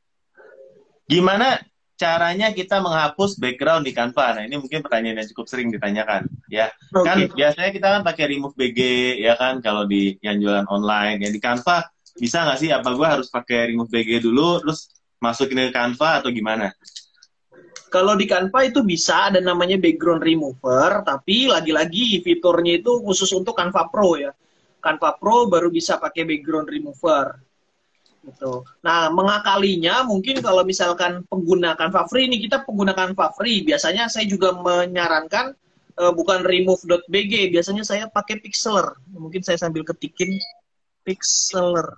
gimana caranya kita menghapus background di Canva? Nah, ini mungkin pertanyaan yang cukup sering ditanyakan, ya. Kan Oke. biasanya kita kan pakai remove B G, ya kan, kalau di yang jualan online. Yang di Canva, bisa nggak sih? Apa gue harus pakai remove B G dulu, terus masukin ke Canva atau gimana? Kalau di Canva itu bisa ada namanya background remover, tapi lagi-lagi fiturnya itu khusus untuk Canva Pro ya. Canva Pro baru bisa pakai background remover. Gitu. Nah, mengakalinya mungkin kalau misalkan pengguna Canva Free ini kita pengguna Canva Free, biasanya saya juga menyarankan uh, bukan remove.bg, biasanya saya pakai Pixlr. Mungkin saya sambil ketikin Pixlr.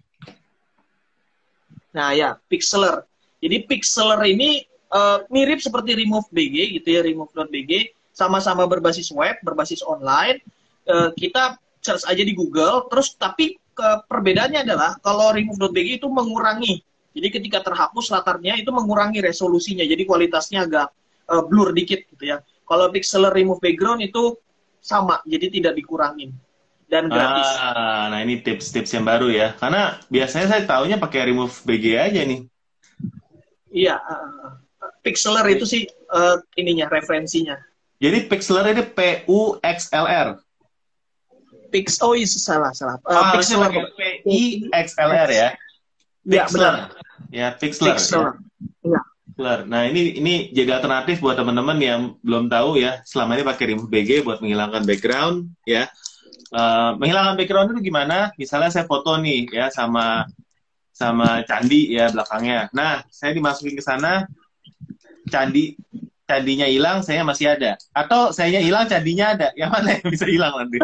Nah, ya, Pixlr. Jadi Pixlr ini uh, mirip seperti remove.bg gitu ya, remove.bg, sama-sama berbasis web, berbasis online. Uh, kita search aja di Google, terus tapi ke perbedaannya adalah kalau remove.bg itu mengurangi. Jadi ketika terhapus latarnya itu mengurangi resolusinya. Jadi kualitasnya agak uh, blur dikit gitu ya. Kalau Pixlr remove background itu sama, jadi tidak dikurangin dan gratis. Ah, nah ini tips-tips yang baru ya. Karena biasanya saya taunya pakai remove B G aja nih. Iya, uh, Pixlr itu sih uh, ininya referensinya. Jadi Pixlr ini P U X L R. Pix, oh iya salah salah. Uh, Oh, harusnya Pixlr. pakai P I X L R ya. Ya, Pixlr. benar. Ya, Pixlr. Pixlr. Ya. Ya. Pixlr. Nah, ini ini jadi alternatif buat teman-teman yang belum tahu ya. Selama ini pakai remove B G buat menghilangkan background ya. Uh, menghilangkan background itu gimana? Misalnya saya foto nih ya sama sama candi ya belakangnya. Nah, saya dimasukin ke sana candi candinya hilang, saya masih ada. Atau saya hilang, candinya ada. Yang mana yang bisa hilang nanti?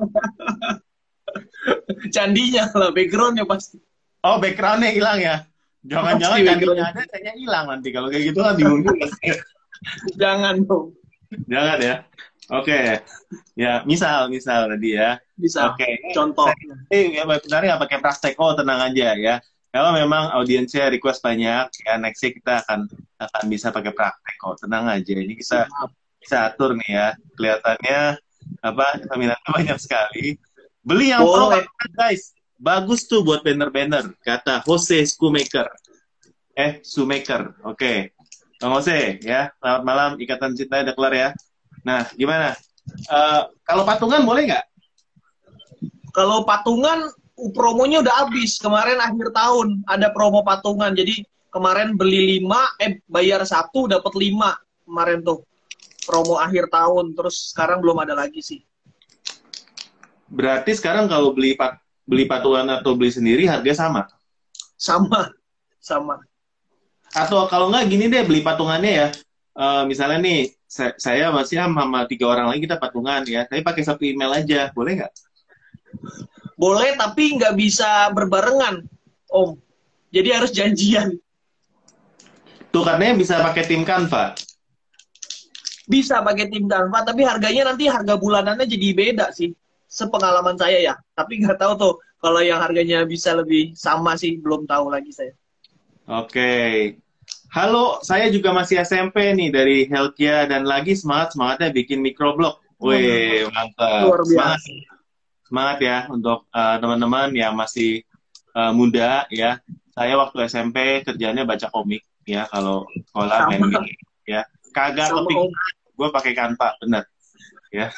Candinya lah, backgroundnya pasti. Oh, backgroundnya hilang ya? Jangan-jangan candinya ada, saya hilang nanti. Kalau kayak gitu kan bingung juga. Jangan dong. Jangan ya. Oke. Okay. Ya, misal, misal tadi ya. Bisa. Oke. Okay. Contoh. Ini ya, sebenarnya nggak pakai praktek. Oh, tenang aja ya. Kalau memang audiensnya request banyak, ya nextnya kita akan akan bisa pakai praktek kok. Tenang aja. Ini kita bisa atur nih ya. Kelihatannya apa peminatnya banyak sekali. Beli yang Oh, pro guys. Bagus tuh buat banner-banner. Kata Jose Shoemaker. Eh, Shoemaker. Oke. Okay. Bang Jose, ya. Selamat malam. Ikatan Cinta udah kelar ya. Nah, gimana? Uh, kalau patungan boleh nggak? Kalau patungan promonya udah habis. Kemarin akhir tahun ada promo patungan. Jadi kemarin beli lima, eh bayar satu dapat lima. Kemarin tuh promo akhir tahun. Terus sekarang belum ada lagi sih. Berarti sekarang kalau beli pat beli patungan atau beli sendiri harga sama? Sama, sama. Atau kalau nggak gini deh beli patungannya ya. Uh, misalnya nih sa- saya masih sama tiga orang lagi kita patungan ya, tapi pakai satu email aja, boleh nggak? Boleh, tapi nggak bisa berbarengan, Om. Jadi harus janjian. Tuh katanya bisa pakai tim Canva. Bisa pakai tim Canva, tapi harganya nanti harga bulanannya jadi beda sih. Sepengalaman saya ya. Tapi nggak tahu tuh kalau yang harganya bisa lebih sama sih, belum tahu lagi saya. Oke. Halo, saya juga masih S M P nih dari Helkia dan lagi semangat-semangatnya bikin microblog. Wih, mantap. Luar Semangat, biasa. semangat ya untuk uh, teman-teman yang masih uh, muda ya. Saya waktu S M P kerjanya baca komik ya, kalau sekolah main Sama, game ya. Kagak sama Om. kepikiran gue pakai Canva, bener ya.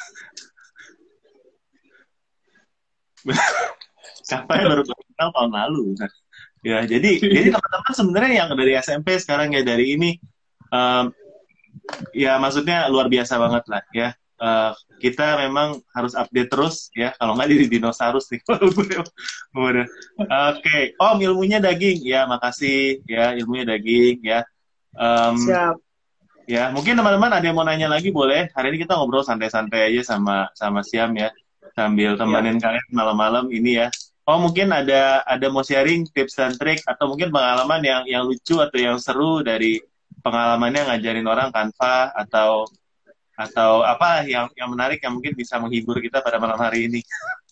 Canva yang baru gue kenal tahun lalu. Bener. Ya, jadi jadi teman-teman sebenarnya yang dari S M P sekarang ya dari ini um, ya maksudnya luar biasa banget lah ya. Uh, kita memang harus update terus ya, kalau nggak jadi dinosaurus nih. Udah. Oke, Om ilmunya daging ya, makasih ya ilmunya daging ya. Um, Siap. ya mungkin teman-teman ada yang mau nanya lagi boleh. Hari ini kita ngobrol santai-santai aja sama sama Siam ya, sambil temenin kalian malam-malam ini ya. Oh mungkin ada ada mau sharing tips dan trik atau mungkin pengalaman yang yang lucu atau yang seru dari pengalamannya ngajarin orang Canva atau atau apa yang yang menarik yang mungkin bisa menghibur kita pada malam hari ini.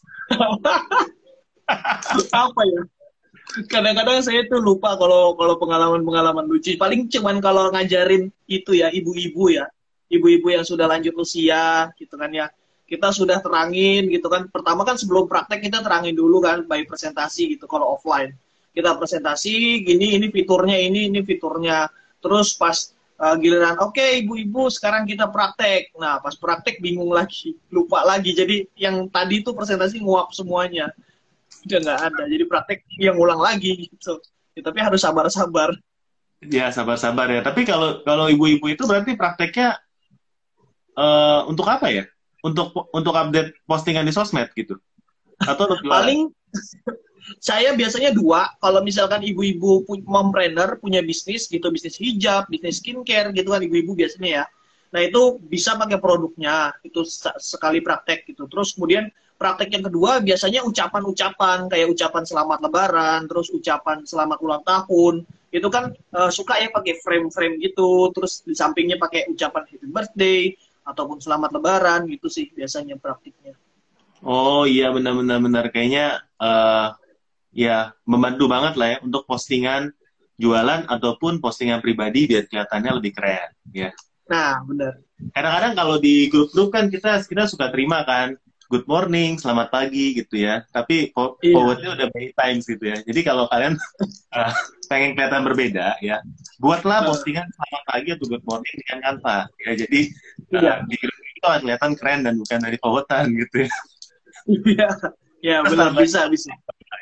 Apa ya? Kadang-kadang saya tuh lupa kalau kalau pengalaman-pengalaman lucu. Paling cuman kalau ngajarin itu ya ibu-ibu ya, ibu-ibu yang sudah lanjut usia gitu kan ya. Kita sudah terangin gitu kan. Pertama kan sebelum praktek kita terangin dulu kan, by presentasi gitu kalau offline. Kita presentasi gini, ini fiturnya ini, ini fiturnya. Terus pas uh, giliran, oke okay, ibu-ibu sekarang kita praktek. Nah pas praktek bingung lagi, lupa lagi. Jadi yang tadi tuh presentasi nguap semuanya. Udah nggak ada, jadi praktek yang ulang lagi gitu ya, tapi harus sabar-sabar. Ya sabar-sabar ya. Tapi kalau kalau ibu-ibu itu berarti prakteknya uh, untuk apa ya? Untuk untuk update postingan di sosmed gitu? Atau untuk jualan? Paling saya biasanya dua. Kalau misalkan ibu-ibu mompreneur punya bisnis gitu, bisnis hijab, bisnis skincare gitu kan ibu-ibu biasanya ya. Nah itu bisa pakai produknya itu sekali praktek gitu. Terus kemudian praktek yang kedua biasanya ucapan-ucapan kayak ucapan selamat lebaran, terus ucapan selamat ulang tahun. Itu kan uh, suka ya pakai frame-frame gitu, terus di sampingnya pakai ucapan happy birthday ataupun selamat lebaran gitu sih biasanya praktiknya. Oh iya benar-benar benar kayaknya uh, ya membantu banget lah ya untuk postingan jualan ataupun postingan pribadi biar kelihatannya lebih keren ya. Nah, benar. Kadang-kadang kalau di grup-grup kan kita kita suka terima kan good morning, selamat pagi gitu ya. Tapi Iya. forwardnya udah many times gitu ya. Jadi kalau kalian uh, pengen kelihatan berbeda ya, buatlah postingan selamat pagi atau good morning dengan Canva. Ya, jadi uh, Iya. di grup itu akan kelihatan keren dan bukan dari forwardan gitu ya. Iya. Ya, benar bisa bisa.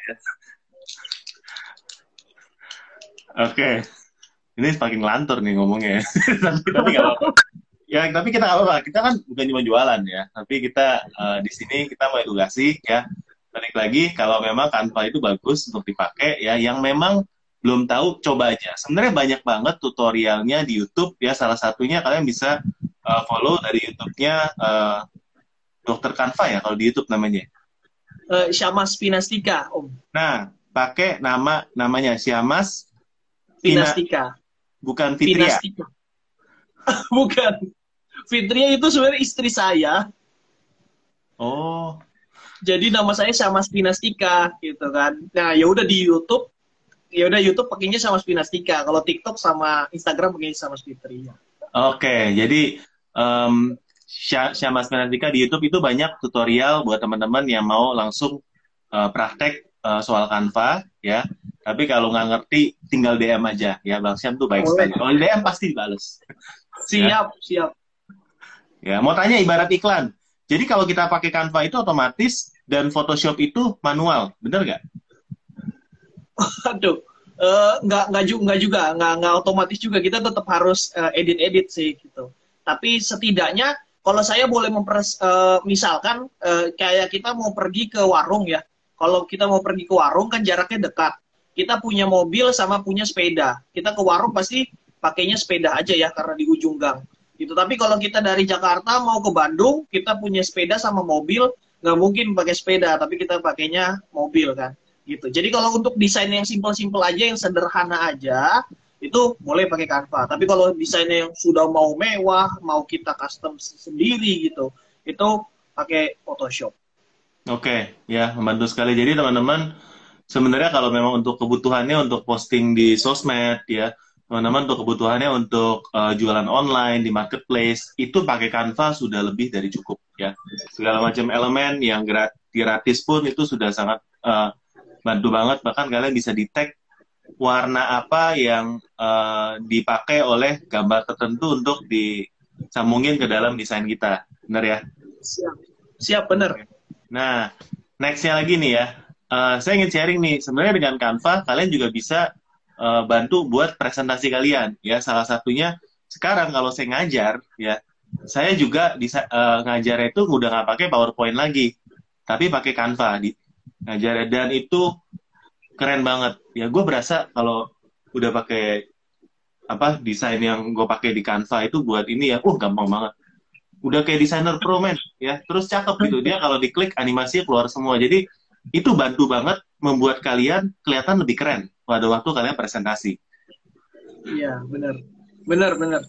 Oke. Ini semakin ngelantur nih ngomongnya. tapi tapi nggak apa-apa. Ya, tapi kita nggak apa-apa. Kita kan bukan cuma jualan ya. Tapi kita uh, di sini kita mau edukasi ya. Balik lagi, kalau memang Canva itu bagus untuk dipakai ya. Yang memang belum tahu, coba aja. Sebenarnya banyak banget tutorialnya di YouTube ya. Salah satunya kalian bisa uh, follow dari YouTube-nya uh, Dokter Canva ya, kalau di YouTube namanya. Uh, Syamas Pinastika, Om. Nah, pakai nama namanya Syamas Pinastika. Bukan Fitria. Pinastika. Bukan. Fitria itu sebenarnya istri saya. Oh. Jadi nama saya Syamas Pinastika gitu kan. Nah, ya udah di YouTube, ya udah YouTube pakainya Syamas Pinastika. Kalau TikTok sama Instagram pakainya Syamas Fitria. Oke, jadi um, Syamas Pinastika di YouTube itu banyak tutorial buat teman-teman yang mau langsung uh, praktek uh, soal Canva ya. Tapi kalau nggak ngerti, tinggal D M aja ya. Bang Syam tuh baik sekali. Kalau D M pasti dibales. Siap, ya. siap. Ya, mau tanya ibarat iklan. Jadi kalau kita pakai Canva itu otomatis dan Photoshop itu manual, bener nggak? Aduh, uh, nggak nggak juga nggak juga nggak nggak otomatis juga, kita tetap harus uh, edit-edit sih gitu. Tapi setidaknya kalau saya boleh mempres, uh, misalkan uh, kayak kita mau pergi ke warung ya. Kalau kita mau pergi ke warung kan jaraknya dekat. Kita punya mobil sama punya sepeda. Kita ke warung pasti pakainya sepeda aja ya karena di ujung gang. gitu. Tapi kalau kita dari Jakarta mau ke Bandung, kita punya sepeda sama mobil, nggak mungkin pakai sepeda, tapi kita pakainya mobil kan, gitu. Jadi kalau untuk desain yang simple-simple aja, yang sederhana aja, itu boleh pakai Canva. Tapi kalau desainnya yang sudah mau mewah, mau kita custom sendiri gitu, itu pakai Photoshop. Oke, ya membantu sekali. Jadi teman-teman, sebenarnya kalau memang untuk kebutuhannya untuk posting di sosmed ya, teman-teman untuk kebutuhannya untuk uh, jualan online di marketplace, itu pakai Canva sudah lebih dari cukup ya. Segala macam elemen yang grat- gratis pun itu sudah sangat uh, bantu banget. Bahkan kalian bisa di-tag warna apa yang uh, dipakai oleh gambar tertentu untuk disambungin ke dalam desain kita. Benar ya? Siap, siap bener. Nah, next-nya lagi nih ya. Uh, saya ingin sharing nih, sebenarnya dengan Canva kalian juga bisa uh, bantu buat presentasi kalian ya. Salah satunya sekarang kalau saya ngajar ya, saya juga bisa uh, ngajarnya itu udah nggak pakai PowerPoint lagi, tapi pakai Canva di ngajarnya, dan itu keren banget ya. Gue berasa kalau udah pakai apa desain yang gue pakai di Canva itu buat ini ya, uh gampang banget. Udah kayak desainer pro men ya, terus cakep gitu, dia kalau diklik animasinya keluar semua. Jadi itu bantu banget membuat kalian kelihatan lebih keren pada waktu kalian presentasi. Iya benar, benar benar.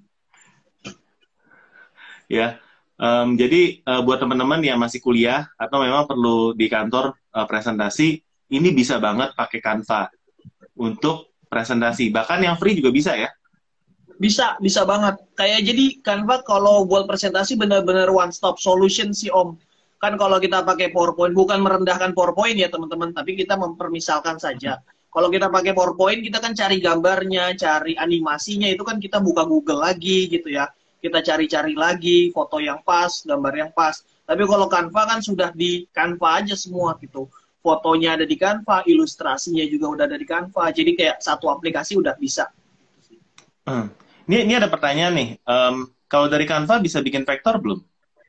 Ya, um, jadi uh, buat teman-teman yang masih kuliah atau memang perlu di kantor uh, presentasi, ini bisa banget pakai Canva untuk presentasi. Bahkan yang free juga bisa ya. Bisa, bisa banget. Kayak jadi Canva kalau buat presentasi benar-benar one stop solution sih Om. Kan kalau kita pakai PowerPoint, bukan merendahkan PowerPoint ya teman-teman, tapi kita mempermisalkan saja. Kalau kita pakai PowerPoint, kita kan cari gambarnya, cari animasinya, itu kan kita buka Google lagi gitu ya. Kita cari-cari lagi foto yang pas, gambar yang pas. Tapi kalau Canva kan sudah di Canva aja semua gitu. Fotonya ada di Canva, ilustrasinya juga udah ada di Canva. Jadi kayak satu aplikasi udah bisa. Hmm. Ini, ini ada pertanyaan nih. Um, kalau dari Canva bisa bikin vektor belum?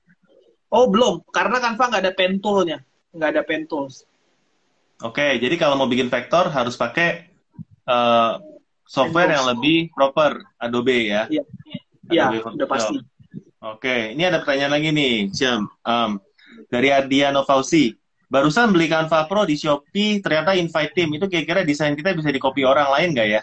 Oh, belum. Karena Canva nggak ada pen tool-nya. Nggak ada pen tools. Oke, jadi kalau mau bikin vektor harus pakai uh, software yang lebih proper, Adobe ya? Iya, ya, udah pasti. Oke, ini ada pertanyaan lagi nih, Cem. Um, dari Ardiano Fauzi. Barusan beli Canva Pro di Shopee, ternyata invite team. Itu kira-kira desain kita bisa di-copy orang lain nggak ya?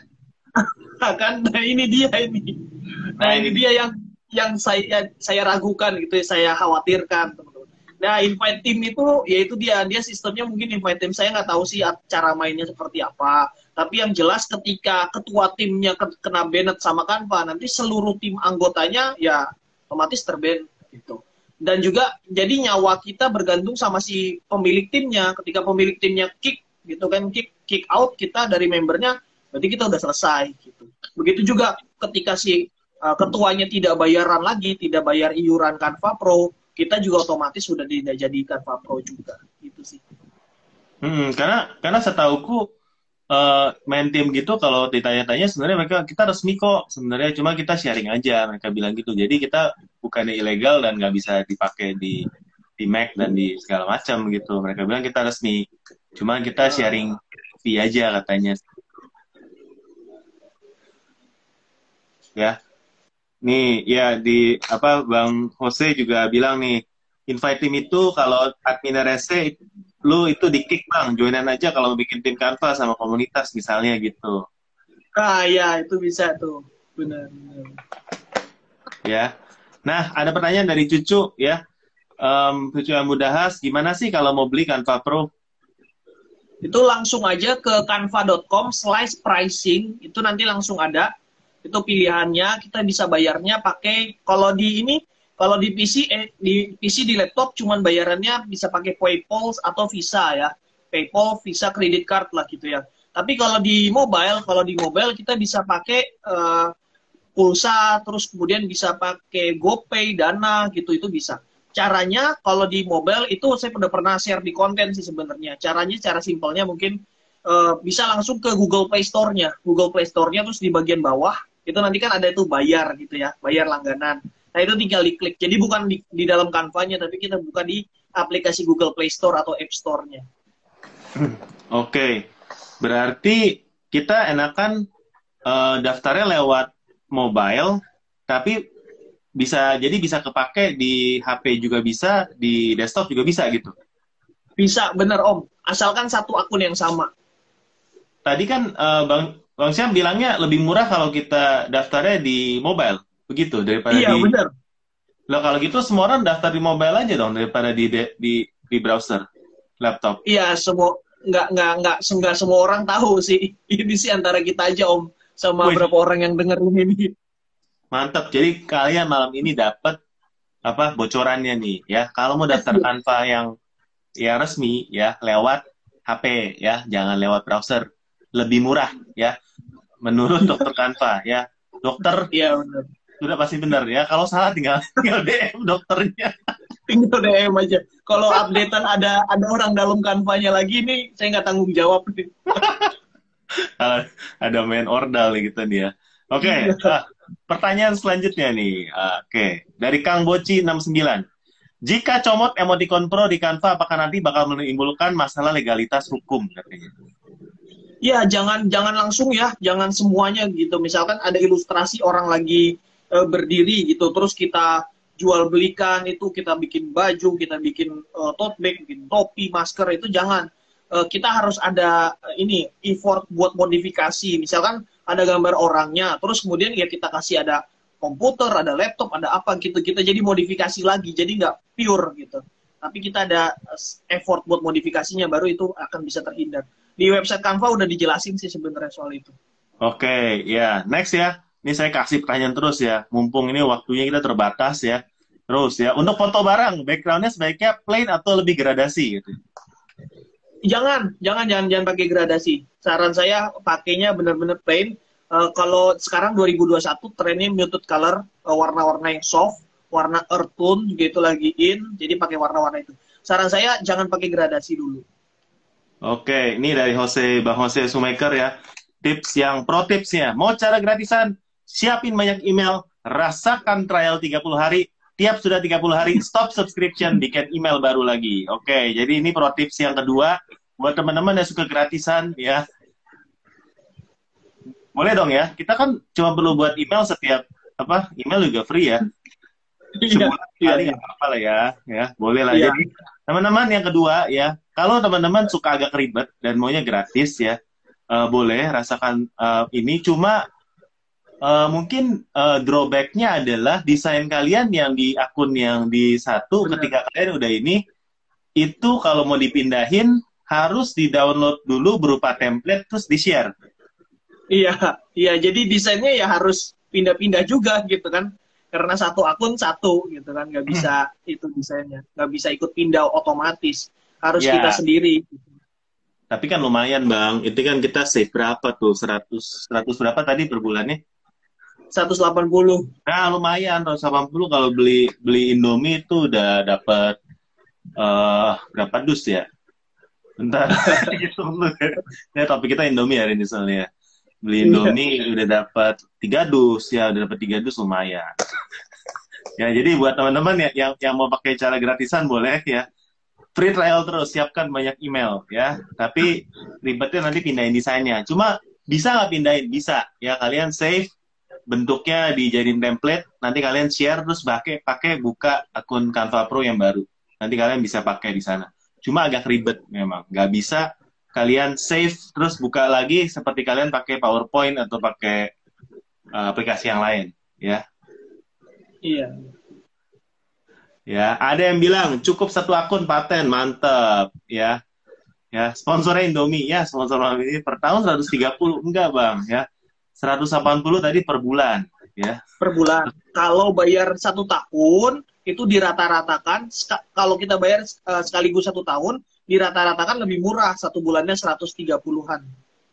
Kan nah ini dia ini nah ini dia yang yang saya saya ragukan gitu ya, saya khawatirkan teman-teman. Nah invite team itu ya itu dia dia sistemnya mungkin invite team, saya nggak tahu sih cara mainnya seperti apa, tapi yang jelas ketika ketua timnya kena banned sama Canva, nanti seluruh tim anggotanya ya otomatis terban gitu. Dan juga jadi nyawa kita bergantung sama si pemilik timnya. Ketika pemilik timnya kick gitu kan, kick kick out kita dari membernya, berarti kita udah selesai gitu. Begitu juga ketika si uh, ketuanya tidak bayaran lagi, tidak bayar iuran Canva Pro, kita juga otomatis sudah tidak jadi Canva Pro juga, gitu sih. Hmm, karena karena setauku uh, main tim gitu kalau ditanya-tanya sebenarnya mereka kita resmi kok sebenarnya, cuma kita sharing aja, mereka bilang gitu. Jadi kita bukannya ilegal dan nggak bisa dipakai di di Mac dan di segala macam gitu. Mereka bilang kita resmi, cuma kita sharing fee aja katanya. Ya, nih ya di apa Bang Jose juga bilang nih, invite team itu kalau admin R S C lu itu di kick bang, joinan aja kalau bikin tim Canva sama komunitas misalnya gitu. Ah ya itu bisa tuh, benar. benar. Ya, nah ada pertanyaan dari Cucu ya, um, Cucu Ambudahas, gimana sih kalau mau beli Canva Pro? Itu langsung aja ke canva dot com slash pricing, itu nanti langsung ada. Itu pilihannya, kita bisa bayarnya pakai, kalau di ini, kalau di P C, eh, di P C di laptop cuman bayarannya bisa pakai PayPal atau Visa ya. PayPal, Visa, credit card lah gitu ya. Tapi kalau di mobile, kalau di mobile kita bisa pakai uh, pulsa, terus kemudian bisa pakai GoPay, Dana gitu, itu bisa. Caranya kalau di mobile itu saya udah pernah share di konten sih sebenarnya. Caranya, cara simpelnya mungkin uh, bisa langsung ke Google Play Store-nya. Google Play Store-nya terus di bagian bawah itu nanti kan ada itu bayar gitu ya, bayar langganan. Nah itu tinggal diklik. Jadi bukan di, di dalam Canva-nya, tapi kita buka di aplikasi Google Play Store atau App Store-nya. Oke, okay. Berarti kita enakan uh, daftarnya lewat mobile, tapi bisa jadi bisa kepake di H P juga bisa, di desktop juga bisa gitu. Bisa, bener Om. Asalkan satu akun yang sama. Tadi kan eh, Bang Bang Syam bilangnya lebih murah kalau kita daftarnya di mobile, begitu daripada Iya, di. bener. Lah kalau gitu semua orang daftar di mobile aja dong daripada di de- di di browser laptop. Iya, semua nggak nggak nggak nggak semua orang tahu sih. Ini sih antara kita aja Om, sama Wih, berapa orang yang dengerin ini. mantap. Jadi kalian malam ini dapat apa bocorannya nih ya. Kalau mau daftar Canva yang yang resmi ya lewat H P ya, jangan lewat browser. Lebih murah ya menurut dokter Canva ya. Dokter Iya, bener. sudah pasti benar ya. Kalau salah tinggal tinggal D M dokternya. Tinggal D M aja. Kalau updatean ada ada orang dalam kanvanya lagi nih, saya nggak tanggung jawab nih. Kalau ada main ordal gitu nih ya. Oke, Iya. ah, pertanyaan selanjutnya nih. Ah, Oke, dari Kang Boci enam sembilan. Jika comot emoticon pro di Canva, apakah nanti bakal menimbulkan masalah legalitas hukum katanya? Ya, jangan jangan langsung ya, jangan semuanya gitu. Misalkan ada ilustrasi orang lagi eh, berdiri gitu, terus kita jual belikan itu, kita bikin baju, kita bikin eh, tote bag, bikin topi, masker, itu jangan. Eh, kita harus ada eh, ini effort buat modifikasi. Misalkan ada gambar orangnya, terus kemudian ya kita kasih ada komputer, ada laptop, ada apa gitu, kita jadi modifikasi lagi, jadi nggak pure gitu. Tapi kita ada eh, effort buat modifikasinya, baru itu akan bisa terhindar. Di website Canva udah dijelasin sih sebenarnya soal itu. Oke, ya. Next ya. Ini saya kasih pertanyaan terus ya. Mumpung ini waktunya kita terbatas ya. Terus ya. Untuk foto barang, backgroundnya sebaiknya plain atau lebih gradasi gitu. Jangan, jangan, jangan, jangan pakai gradasi. Saran saya pakainya benar-benar plain. Uh, kalau sekarang dua ribu dua puluh satu trennya muted color, uh, warna-warna yang soft, warna earth tone juga itu lagi in, jadi pakai warna-warna itu. Saran saya jangan pakai gradasi dulu. Oke, ini dari Jose, Bang Jose Sumaker ya. Tips yang pro tipsnya. Mau cara gratisan? Siapin banyak email, rasakan trial tiga puluh hari, tiap sudah tiga puluh hari, stop subscription, bikin email baru lagi. Oke, jadi ini pro tips yang kedua. Buat teman-teman yang suka gratisan ya. Boleh dong ya. Kita kan cuma perlu buat email setiap, apa, email juga free ya. Sebulan sekali nggak apa-apa lah ya. Ya, boleh lah. Iya. Jadi, teman-teman yang kedua ya, kalau teman-teman suka agak ribet dan maunya gratis ya, uh, boleh rasakan uh, ini. Cuma uh, mungkin uh, drawback-nya adalah desain kalian yang di akun yang di satu, Benar. ketika kalian udah ini, itu kalau mau dipindahin harus di-download dulu berupa template terus di-share. Iya, iya. Jadi desainnya ya harus pindah-pindah juga gitu kan. Karena satu akun satu gitu kan, nggak bisa itu desainnya, nggak bisa ikut pindah otomatis. Harus Ya. kita sendiri. Tapi kan lumayan Bang, itu kan kita save berapa tuh? seratus, seratus berapa tadi per bulannya? seratus delapan puluh. Nah lumayan, seratus delapan puluh kalau beli beli Indomie itu udah dapat uh, berapa dus ya? Bentar, gitu dulu. Ya, topik kita Indomie hari ini soalnya. Beli Indomie udah dapat tiga dus ya, udah dapat tiga dus lumayan. Ya, jadi buat teman-teman ya yang yang mau pakai cara gratisan boleh ya. Free trial terus, siapkan banyak email ya. Tapi ribetnya nanti pindahin desainnya. Cuma bisa nggak pindahin? Bisa. Ya, kalian save bentuknya dijadiin template, nanti kalian share terus pakai pakai buka akun Canva Pro yang baru. Nanti kalian bisa pakai di sana. Cuma agak ribet memang. Nggak bisa kalian save terus buka lagi seperti kalian pakai PowerPoint atau pakai uh, aplikasi yang lain, ya. Iya. Ya, ada yang bilang cukup satu akun paten, mantep, ya. Ya, sponsornya Indomie, ya, sponsor ini per tahun seratus tiga puluh, enggak bang, ya, seratus delapan puluh tadi per bulan, ya. Per bulan. Kalau bayar satu tahun itu dirata-ratakan. Kalau kita bayar uh, sekaligus satu tahun, dirata-ratakan lebih murah, satu bulannya seratus tiga puluhan.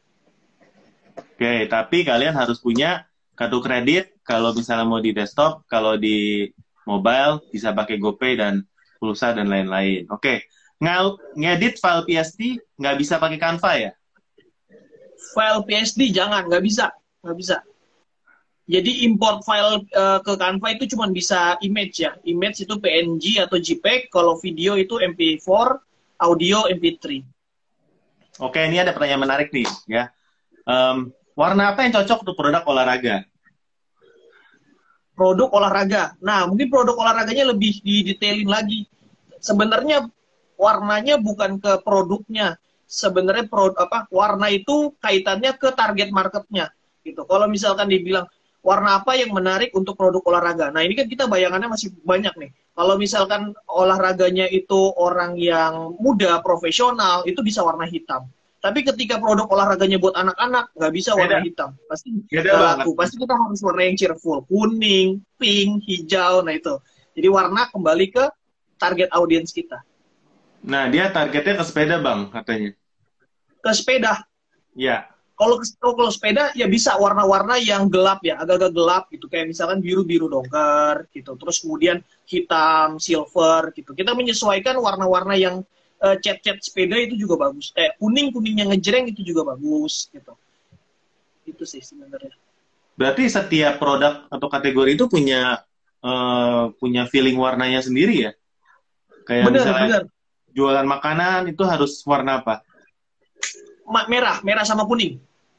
Oke, tapi kalian harus punya kartu kredit kalau misalnya mau di desktop, kalau di mobile bisa pakai GoPay dan pulsa dan lain-lain. Oke, Ng- ngedit file P S D nggak bisa pakai Canva ya? File P S D jangan, nggak bisa, nggak bisa. Jadi import file uh, ke Canva itu cuma bisa image ya. Image itu P N G atau JPEG, kalau video itu M P four, audio M P three. Oke, ini ada pertanyaan menarik nih, ya. Um, warna apa yang cocok untuk produk olahraga? produk olahraga. Nah, mungkin produk olahraganya lebih didetailin lagi. Sebenarnya warnanya bukan ke produknya. Sebenarnya pro, apa warna itu kaitannya ke target marketnya gitu. Kalau misalkan dibilang warna apa yang menarik untuk produk olahraga. Nah, ini kan kita bayangannya masih banyak nih. Kalau misalkan olahraganya itu orang yang muda, profesional, itu bisa warna hitam. Tapi ketika produk olahraganya buat anak-anak, nggak bisa warna Beda. hitam. Pasti Beda nggak banget. laku. Pasti kita harus warna yang cheerful. Kuning, pink, hijau, nah itu. Jadi warna kembali ke target audiens kita. Nah, dia targetnya ke sepeda, Bang, katanya. Ke sepeda. Ya. Kalau kalau sepeda ya bisa warna-warna yang gelap ya, agak-agak gelap gitu. Kayak misalkan biru-biru dongker gitu. Terus kemudian hitam, silver gitu. Kita menyesuaikan warna-warna yang uh, cat-cat sepeda itu juga bagus. Eh, kuning-kuning yang ngejreng itu juga bagus gitu. Itu sih sebenarnya. Berarti setiap produk atau kategori itu punya uh, punya feeling warnanya sendiri ya? Kayak Bener, misalnya bener. jualan makanan itu harus warna apa? Ma- merah, merah sama kuning.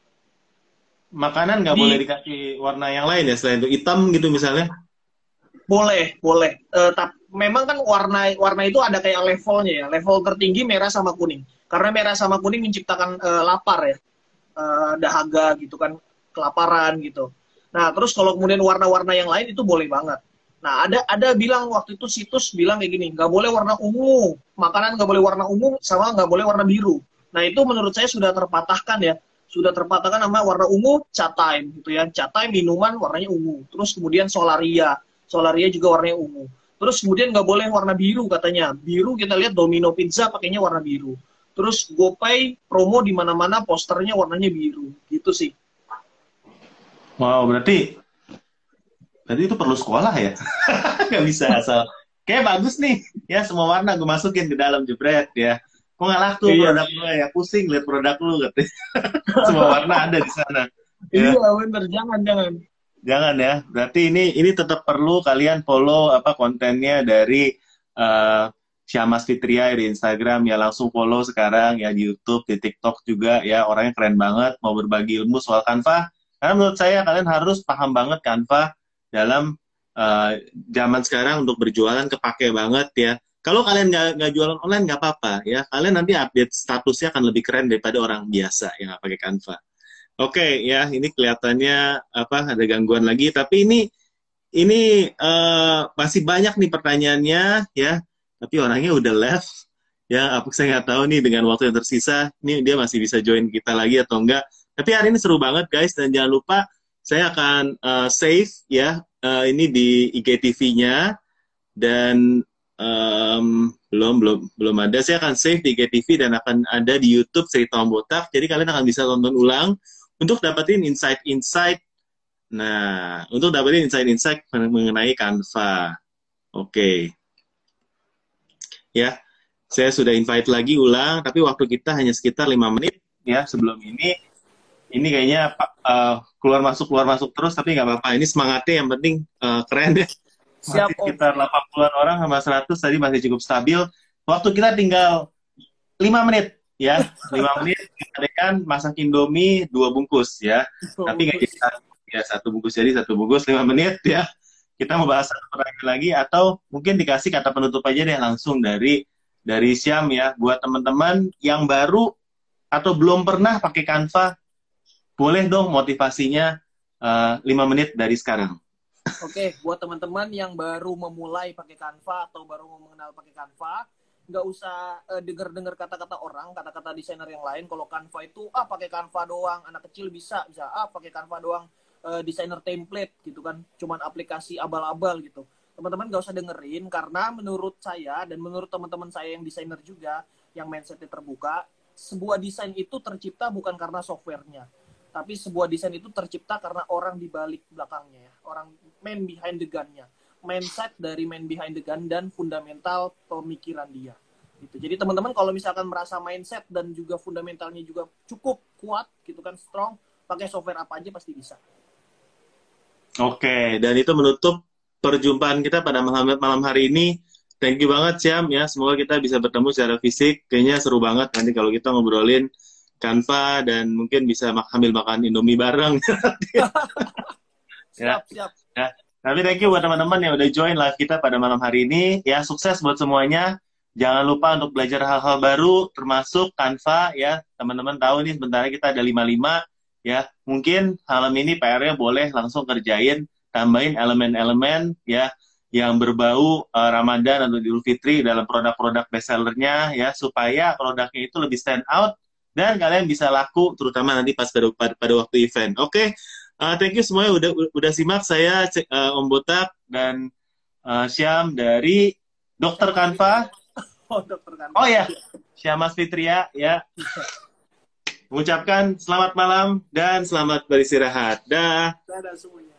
Makanan nggak Di- boleh dikasih warna yang lain ya selain itu hitam gitu misalnya? Boleh, boleh. Eh, tapi memang kan warna warna itu ada kayak levelnya ya. Level tertinggi merah sama kuning. Karena merah sama kuning menciptakan eh, lapar ya. Eh, dahaga gitu kan, kelaparan gitu. Nah, terus kalau kemudian warna-warna yang lain itu boleh banget. Nah, ada ada bilang waktu itu situs bilang kayak gini, nggak boleh warna ungu, makanan nggak boleh warna ungu, sama nggak boleh warna biru. Nah, itu menurut saya sudah terpatahkan ya, sudah terpatahkan nama warna ungu, chat time gitu ya. Chat time minuman warnanya ungu. Terus kemudian Solaria, Solaria juga warnanya ungu. Terus kemudian nggak boleh warna biru katanya. Biru kita lihat Domino Pizza pakainya warna biru. Terus GoPay promo di mana-mana posternya warnanya biru. Gitu sih. Wow, berarti berarti itu perlu sekolah ya? Nggak bisa asal. Kayak bagus nih, ya semua warna gue masukin ke dalam jebret ya. Kok nggak laku Iya. produk gue ya? Pusing lihat produk lu katanya. Semua warna ada di sana. Ya. Iya bener, jangan jangan. Jangan ya. Berarti ini ini tetap perlu kalian follow apa kontennya dari uh, Syamas Fitria di Instagram ya, langsung follow sekarang ya di YouTube, di TikTok juga ya, orangnya keren banget mau berbagi ilmu soal Canva. Karena menurut saya kalian harus paham banget Canva dalam uh, zaman sekarang untuk berjualan, kepake banget ya. Kalau kalian nggak nggak jualan online nggak apa-apa ya, kalian nanti update statusnya akan lebih keren daripada orang biasa yang nggak pakai Canva. Oke ya, ini kelihatannya apa ada gangguan lagi, tapi ini ini uh, masih banyak nih pertanyaannya ya, tapi orangnya udah left ya. Apa saya nggak tahu nih dengan waktu yang tersisa, ini dia masih bisa join kita lagi atau enggak. Tapi hari ini seru banget guys, dan jangan lupa saya akan uh, save ya uh, ini di I G T V-nya, dan um, belum belum belum ada. Saya akan save di I G T V dan akan ada di YouTube Cerita Om Botak. Jadi kalian akan bisa tonton ulang untuk dapetin insight-insight. Nah, untuk dapetin insight-insight mengenai Canva. Oke. Okay. Ya, saya sudah invite lagi ulang, tapi waktu kita hanya sekitar lima menit ya sebelum ini. Ini kayaknya uh, keluar masuk keluar masuk terus, tapi nggak apa-apa. Ini semangatnya yang penting uh, keren deh. Siap, Masih sekitar delapan puluhan orang sama seratus tadi, masih cukup stabil. Waktu kita tinggal lima menit ya. lima menit kita kan masak Indomie dua bungkus ya. Tapi nggak jadi satu, ya satu bungkus jadi satu bungkus lima menit ya. Kita mau bahas satu pertanyaan lagi, atau mungkin dikasih kata penutup aja deh langsung dari dari Syam ya, buat teman-teman yang baru atau belum pernah pakai Canva. Boleh dong motivasinya uh, lima menit dari sekarang. Oke, buat teman-teman yang baru memulai pakai Canva atau baru mengenal pakai Canva, nggak usah uh, dengar-dengar kata-kata orang, kata-kata desainer yang lain. Kalau Canva itu, ah pakai Canva doang, anak kecil bisa, bisa. Ah pakai Canva doang, uh, desainer template gitu kan, cuman aplikasi abal-abal gitu. Teman-teman nggak usah dengerin, karena menurut saya dan menurut teman-teman saya yang desainer juga, yang mindsetnya terbuka, sebuah desain itu tercipta bukan karena softwarenya, tapi sebuah desain itu tercipta karena orang di balik belakangnya ya. Orang man behind the gun-nya. Mindset dari man behind the gun dan fundamental pemikiran dia. Gitu. Jadi teman-teman kalau misalkan merasa mindset dan juga fundamentalnya juga cukup kuat gitu kan, strong, pakai software apa aja pasti bisa. Oke, dan itu menutup perjumpaan kita pada malam, malam hari ini. Thank you banget Syam ya. Semoga kita bisa bertemu secara fisik. Kayaknya seru banget nanti kalau kita ngobrolin Canva dan mungkin bisa mak- ambil makan Indomie bareng. Siap, siap. Ya. Tapi thank you buat teman-teman yang udah join live kita pada malam hari ini. Ya, sukses buat semuanya. Jangan lupa untuk belajar hal-hal baru, termasuk Canva ya. Teman-teman tahu nih, sebentar kita ada lima puluh lima ya. Mungkin malam ini P R-nya boleh langsung kerjain, tambahin elemen-elemen ya yang berbau uh, Ramadan atau Idul Fitri dalam produk-produk bestsellernya ya, supaya produknya itu lebih stand out dan kalian bisa laku, terutama nanti pas pada, pada, pada waktu event. Oke, okay? uh, thank you semuanya udah udah simak. Saya uh, Om Botak dan uh, Syam dari Dokter Canva. Oh, dokter kan. Oh ya, Syamas Fitria ya. Mengucapkan selamat malam dan selamat beristirahat. Dah. Dadah semuanya.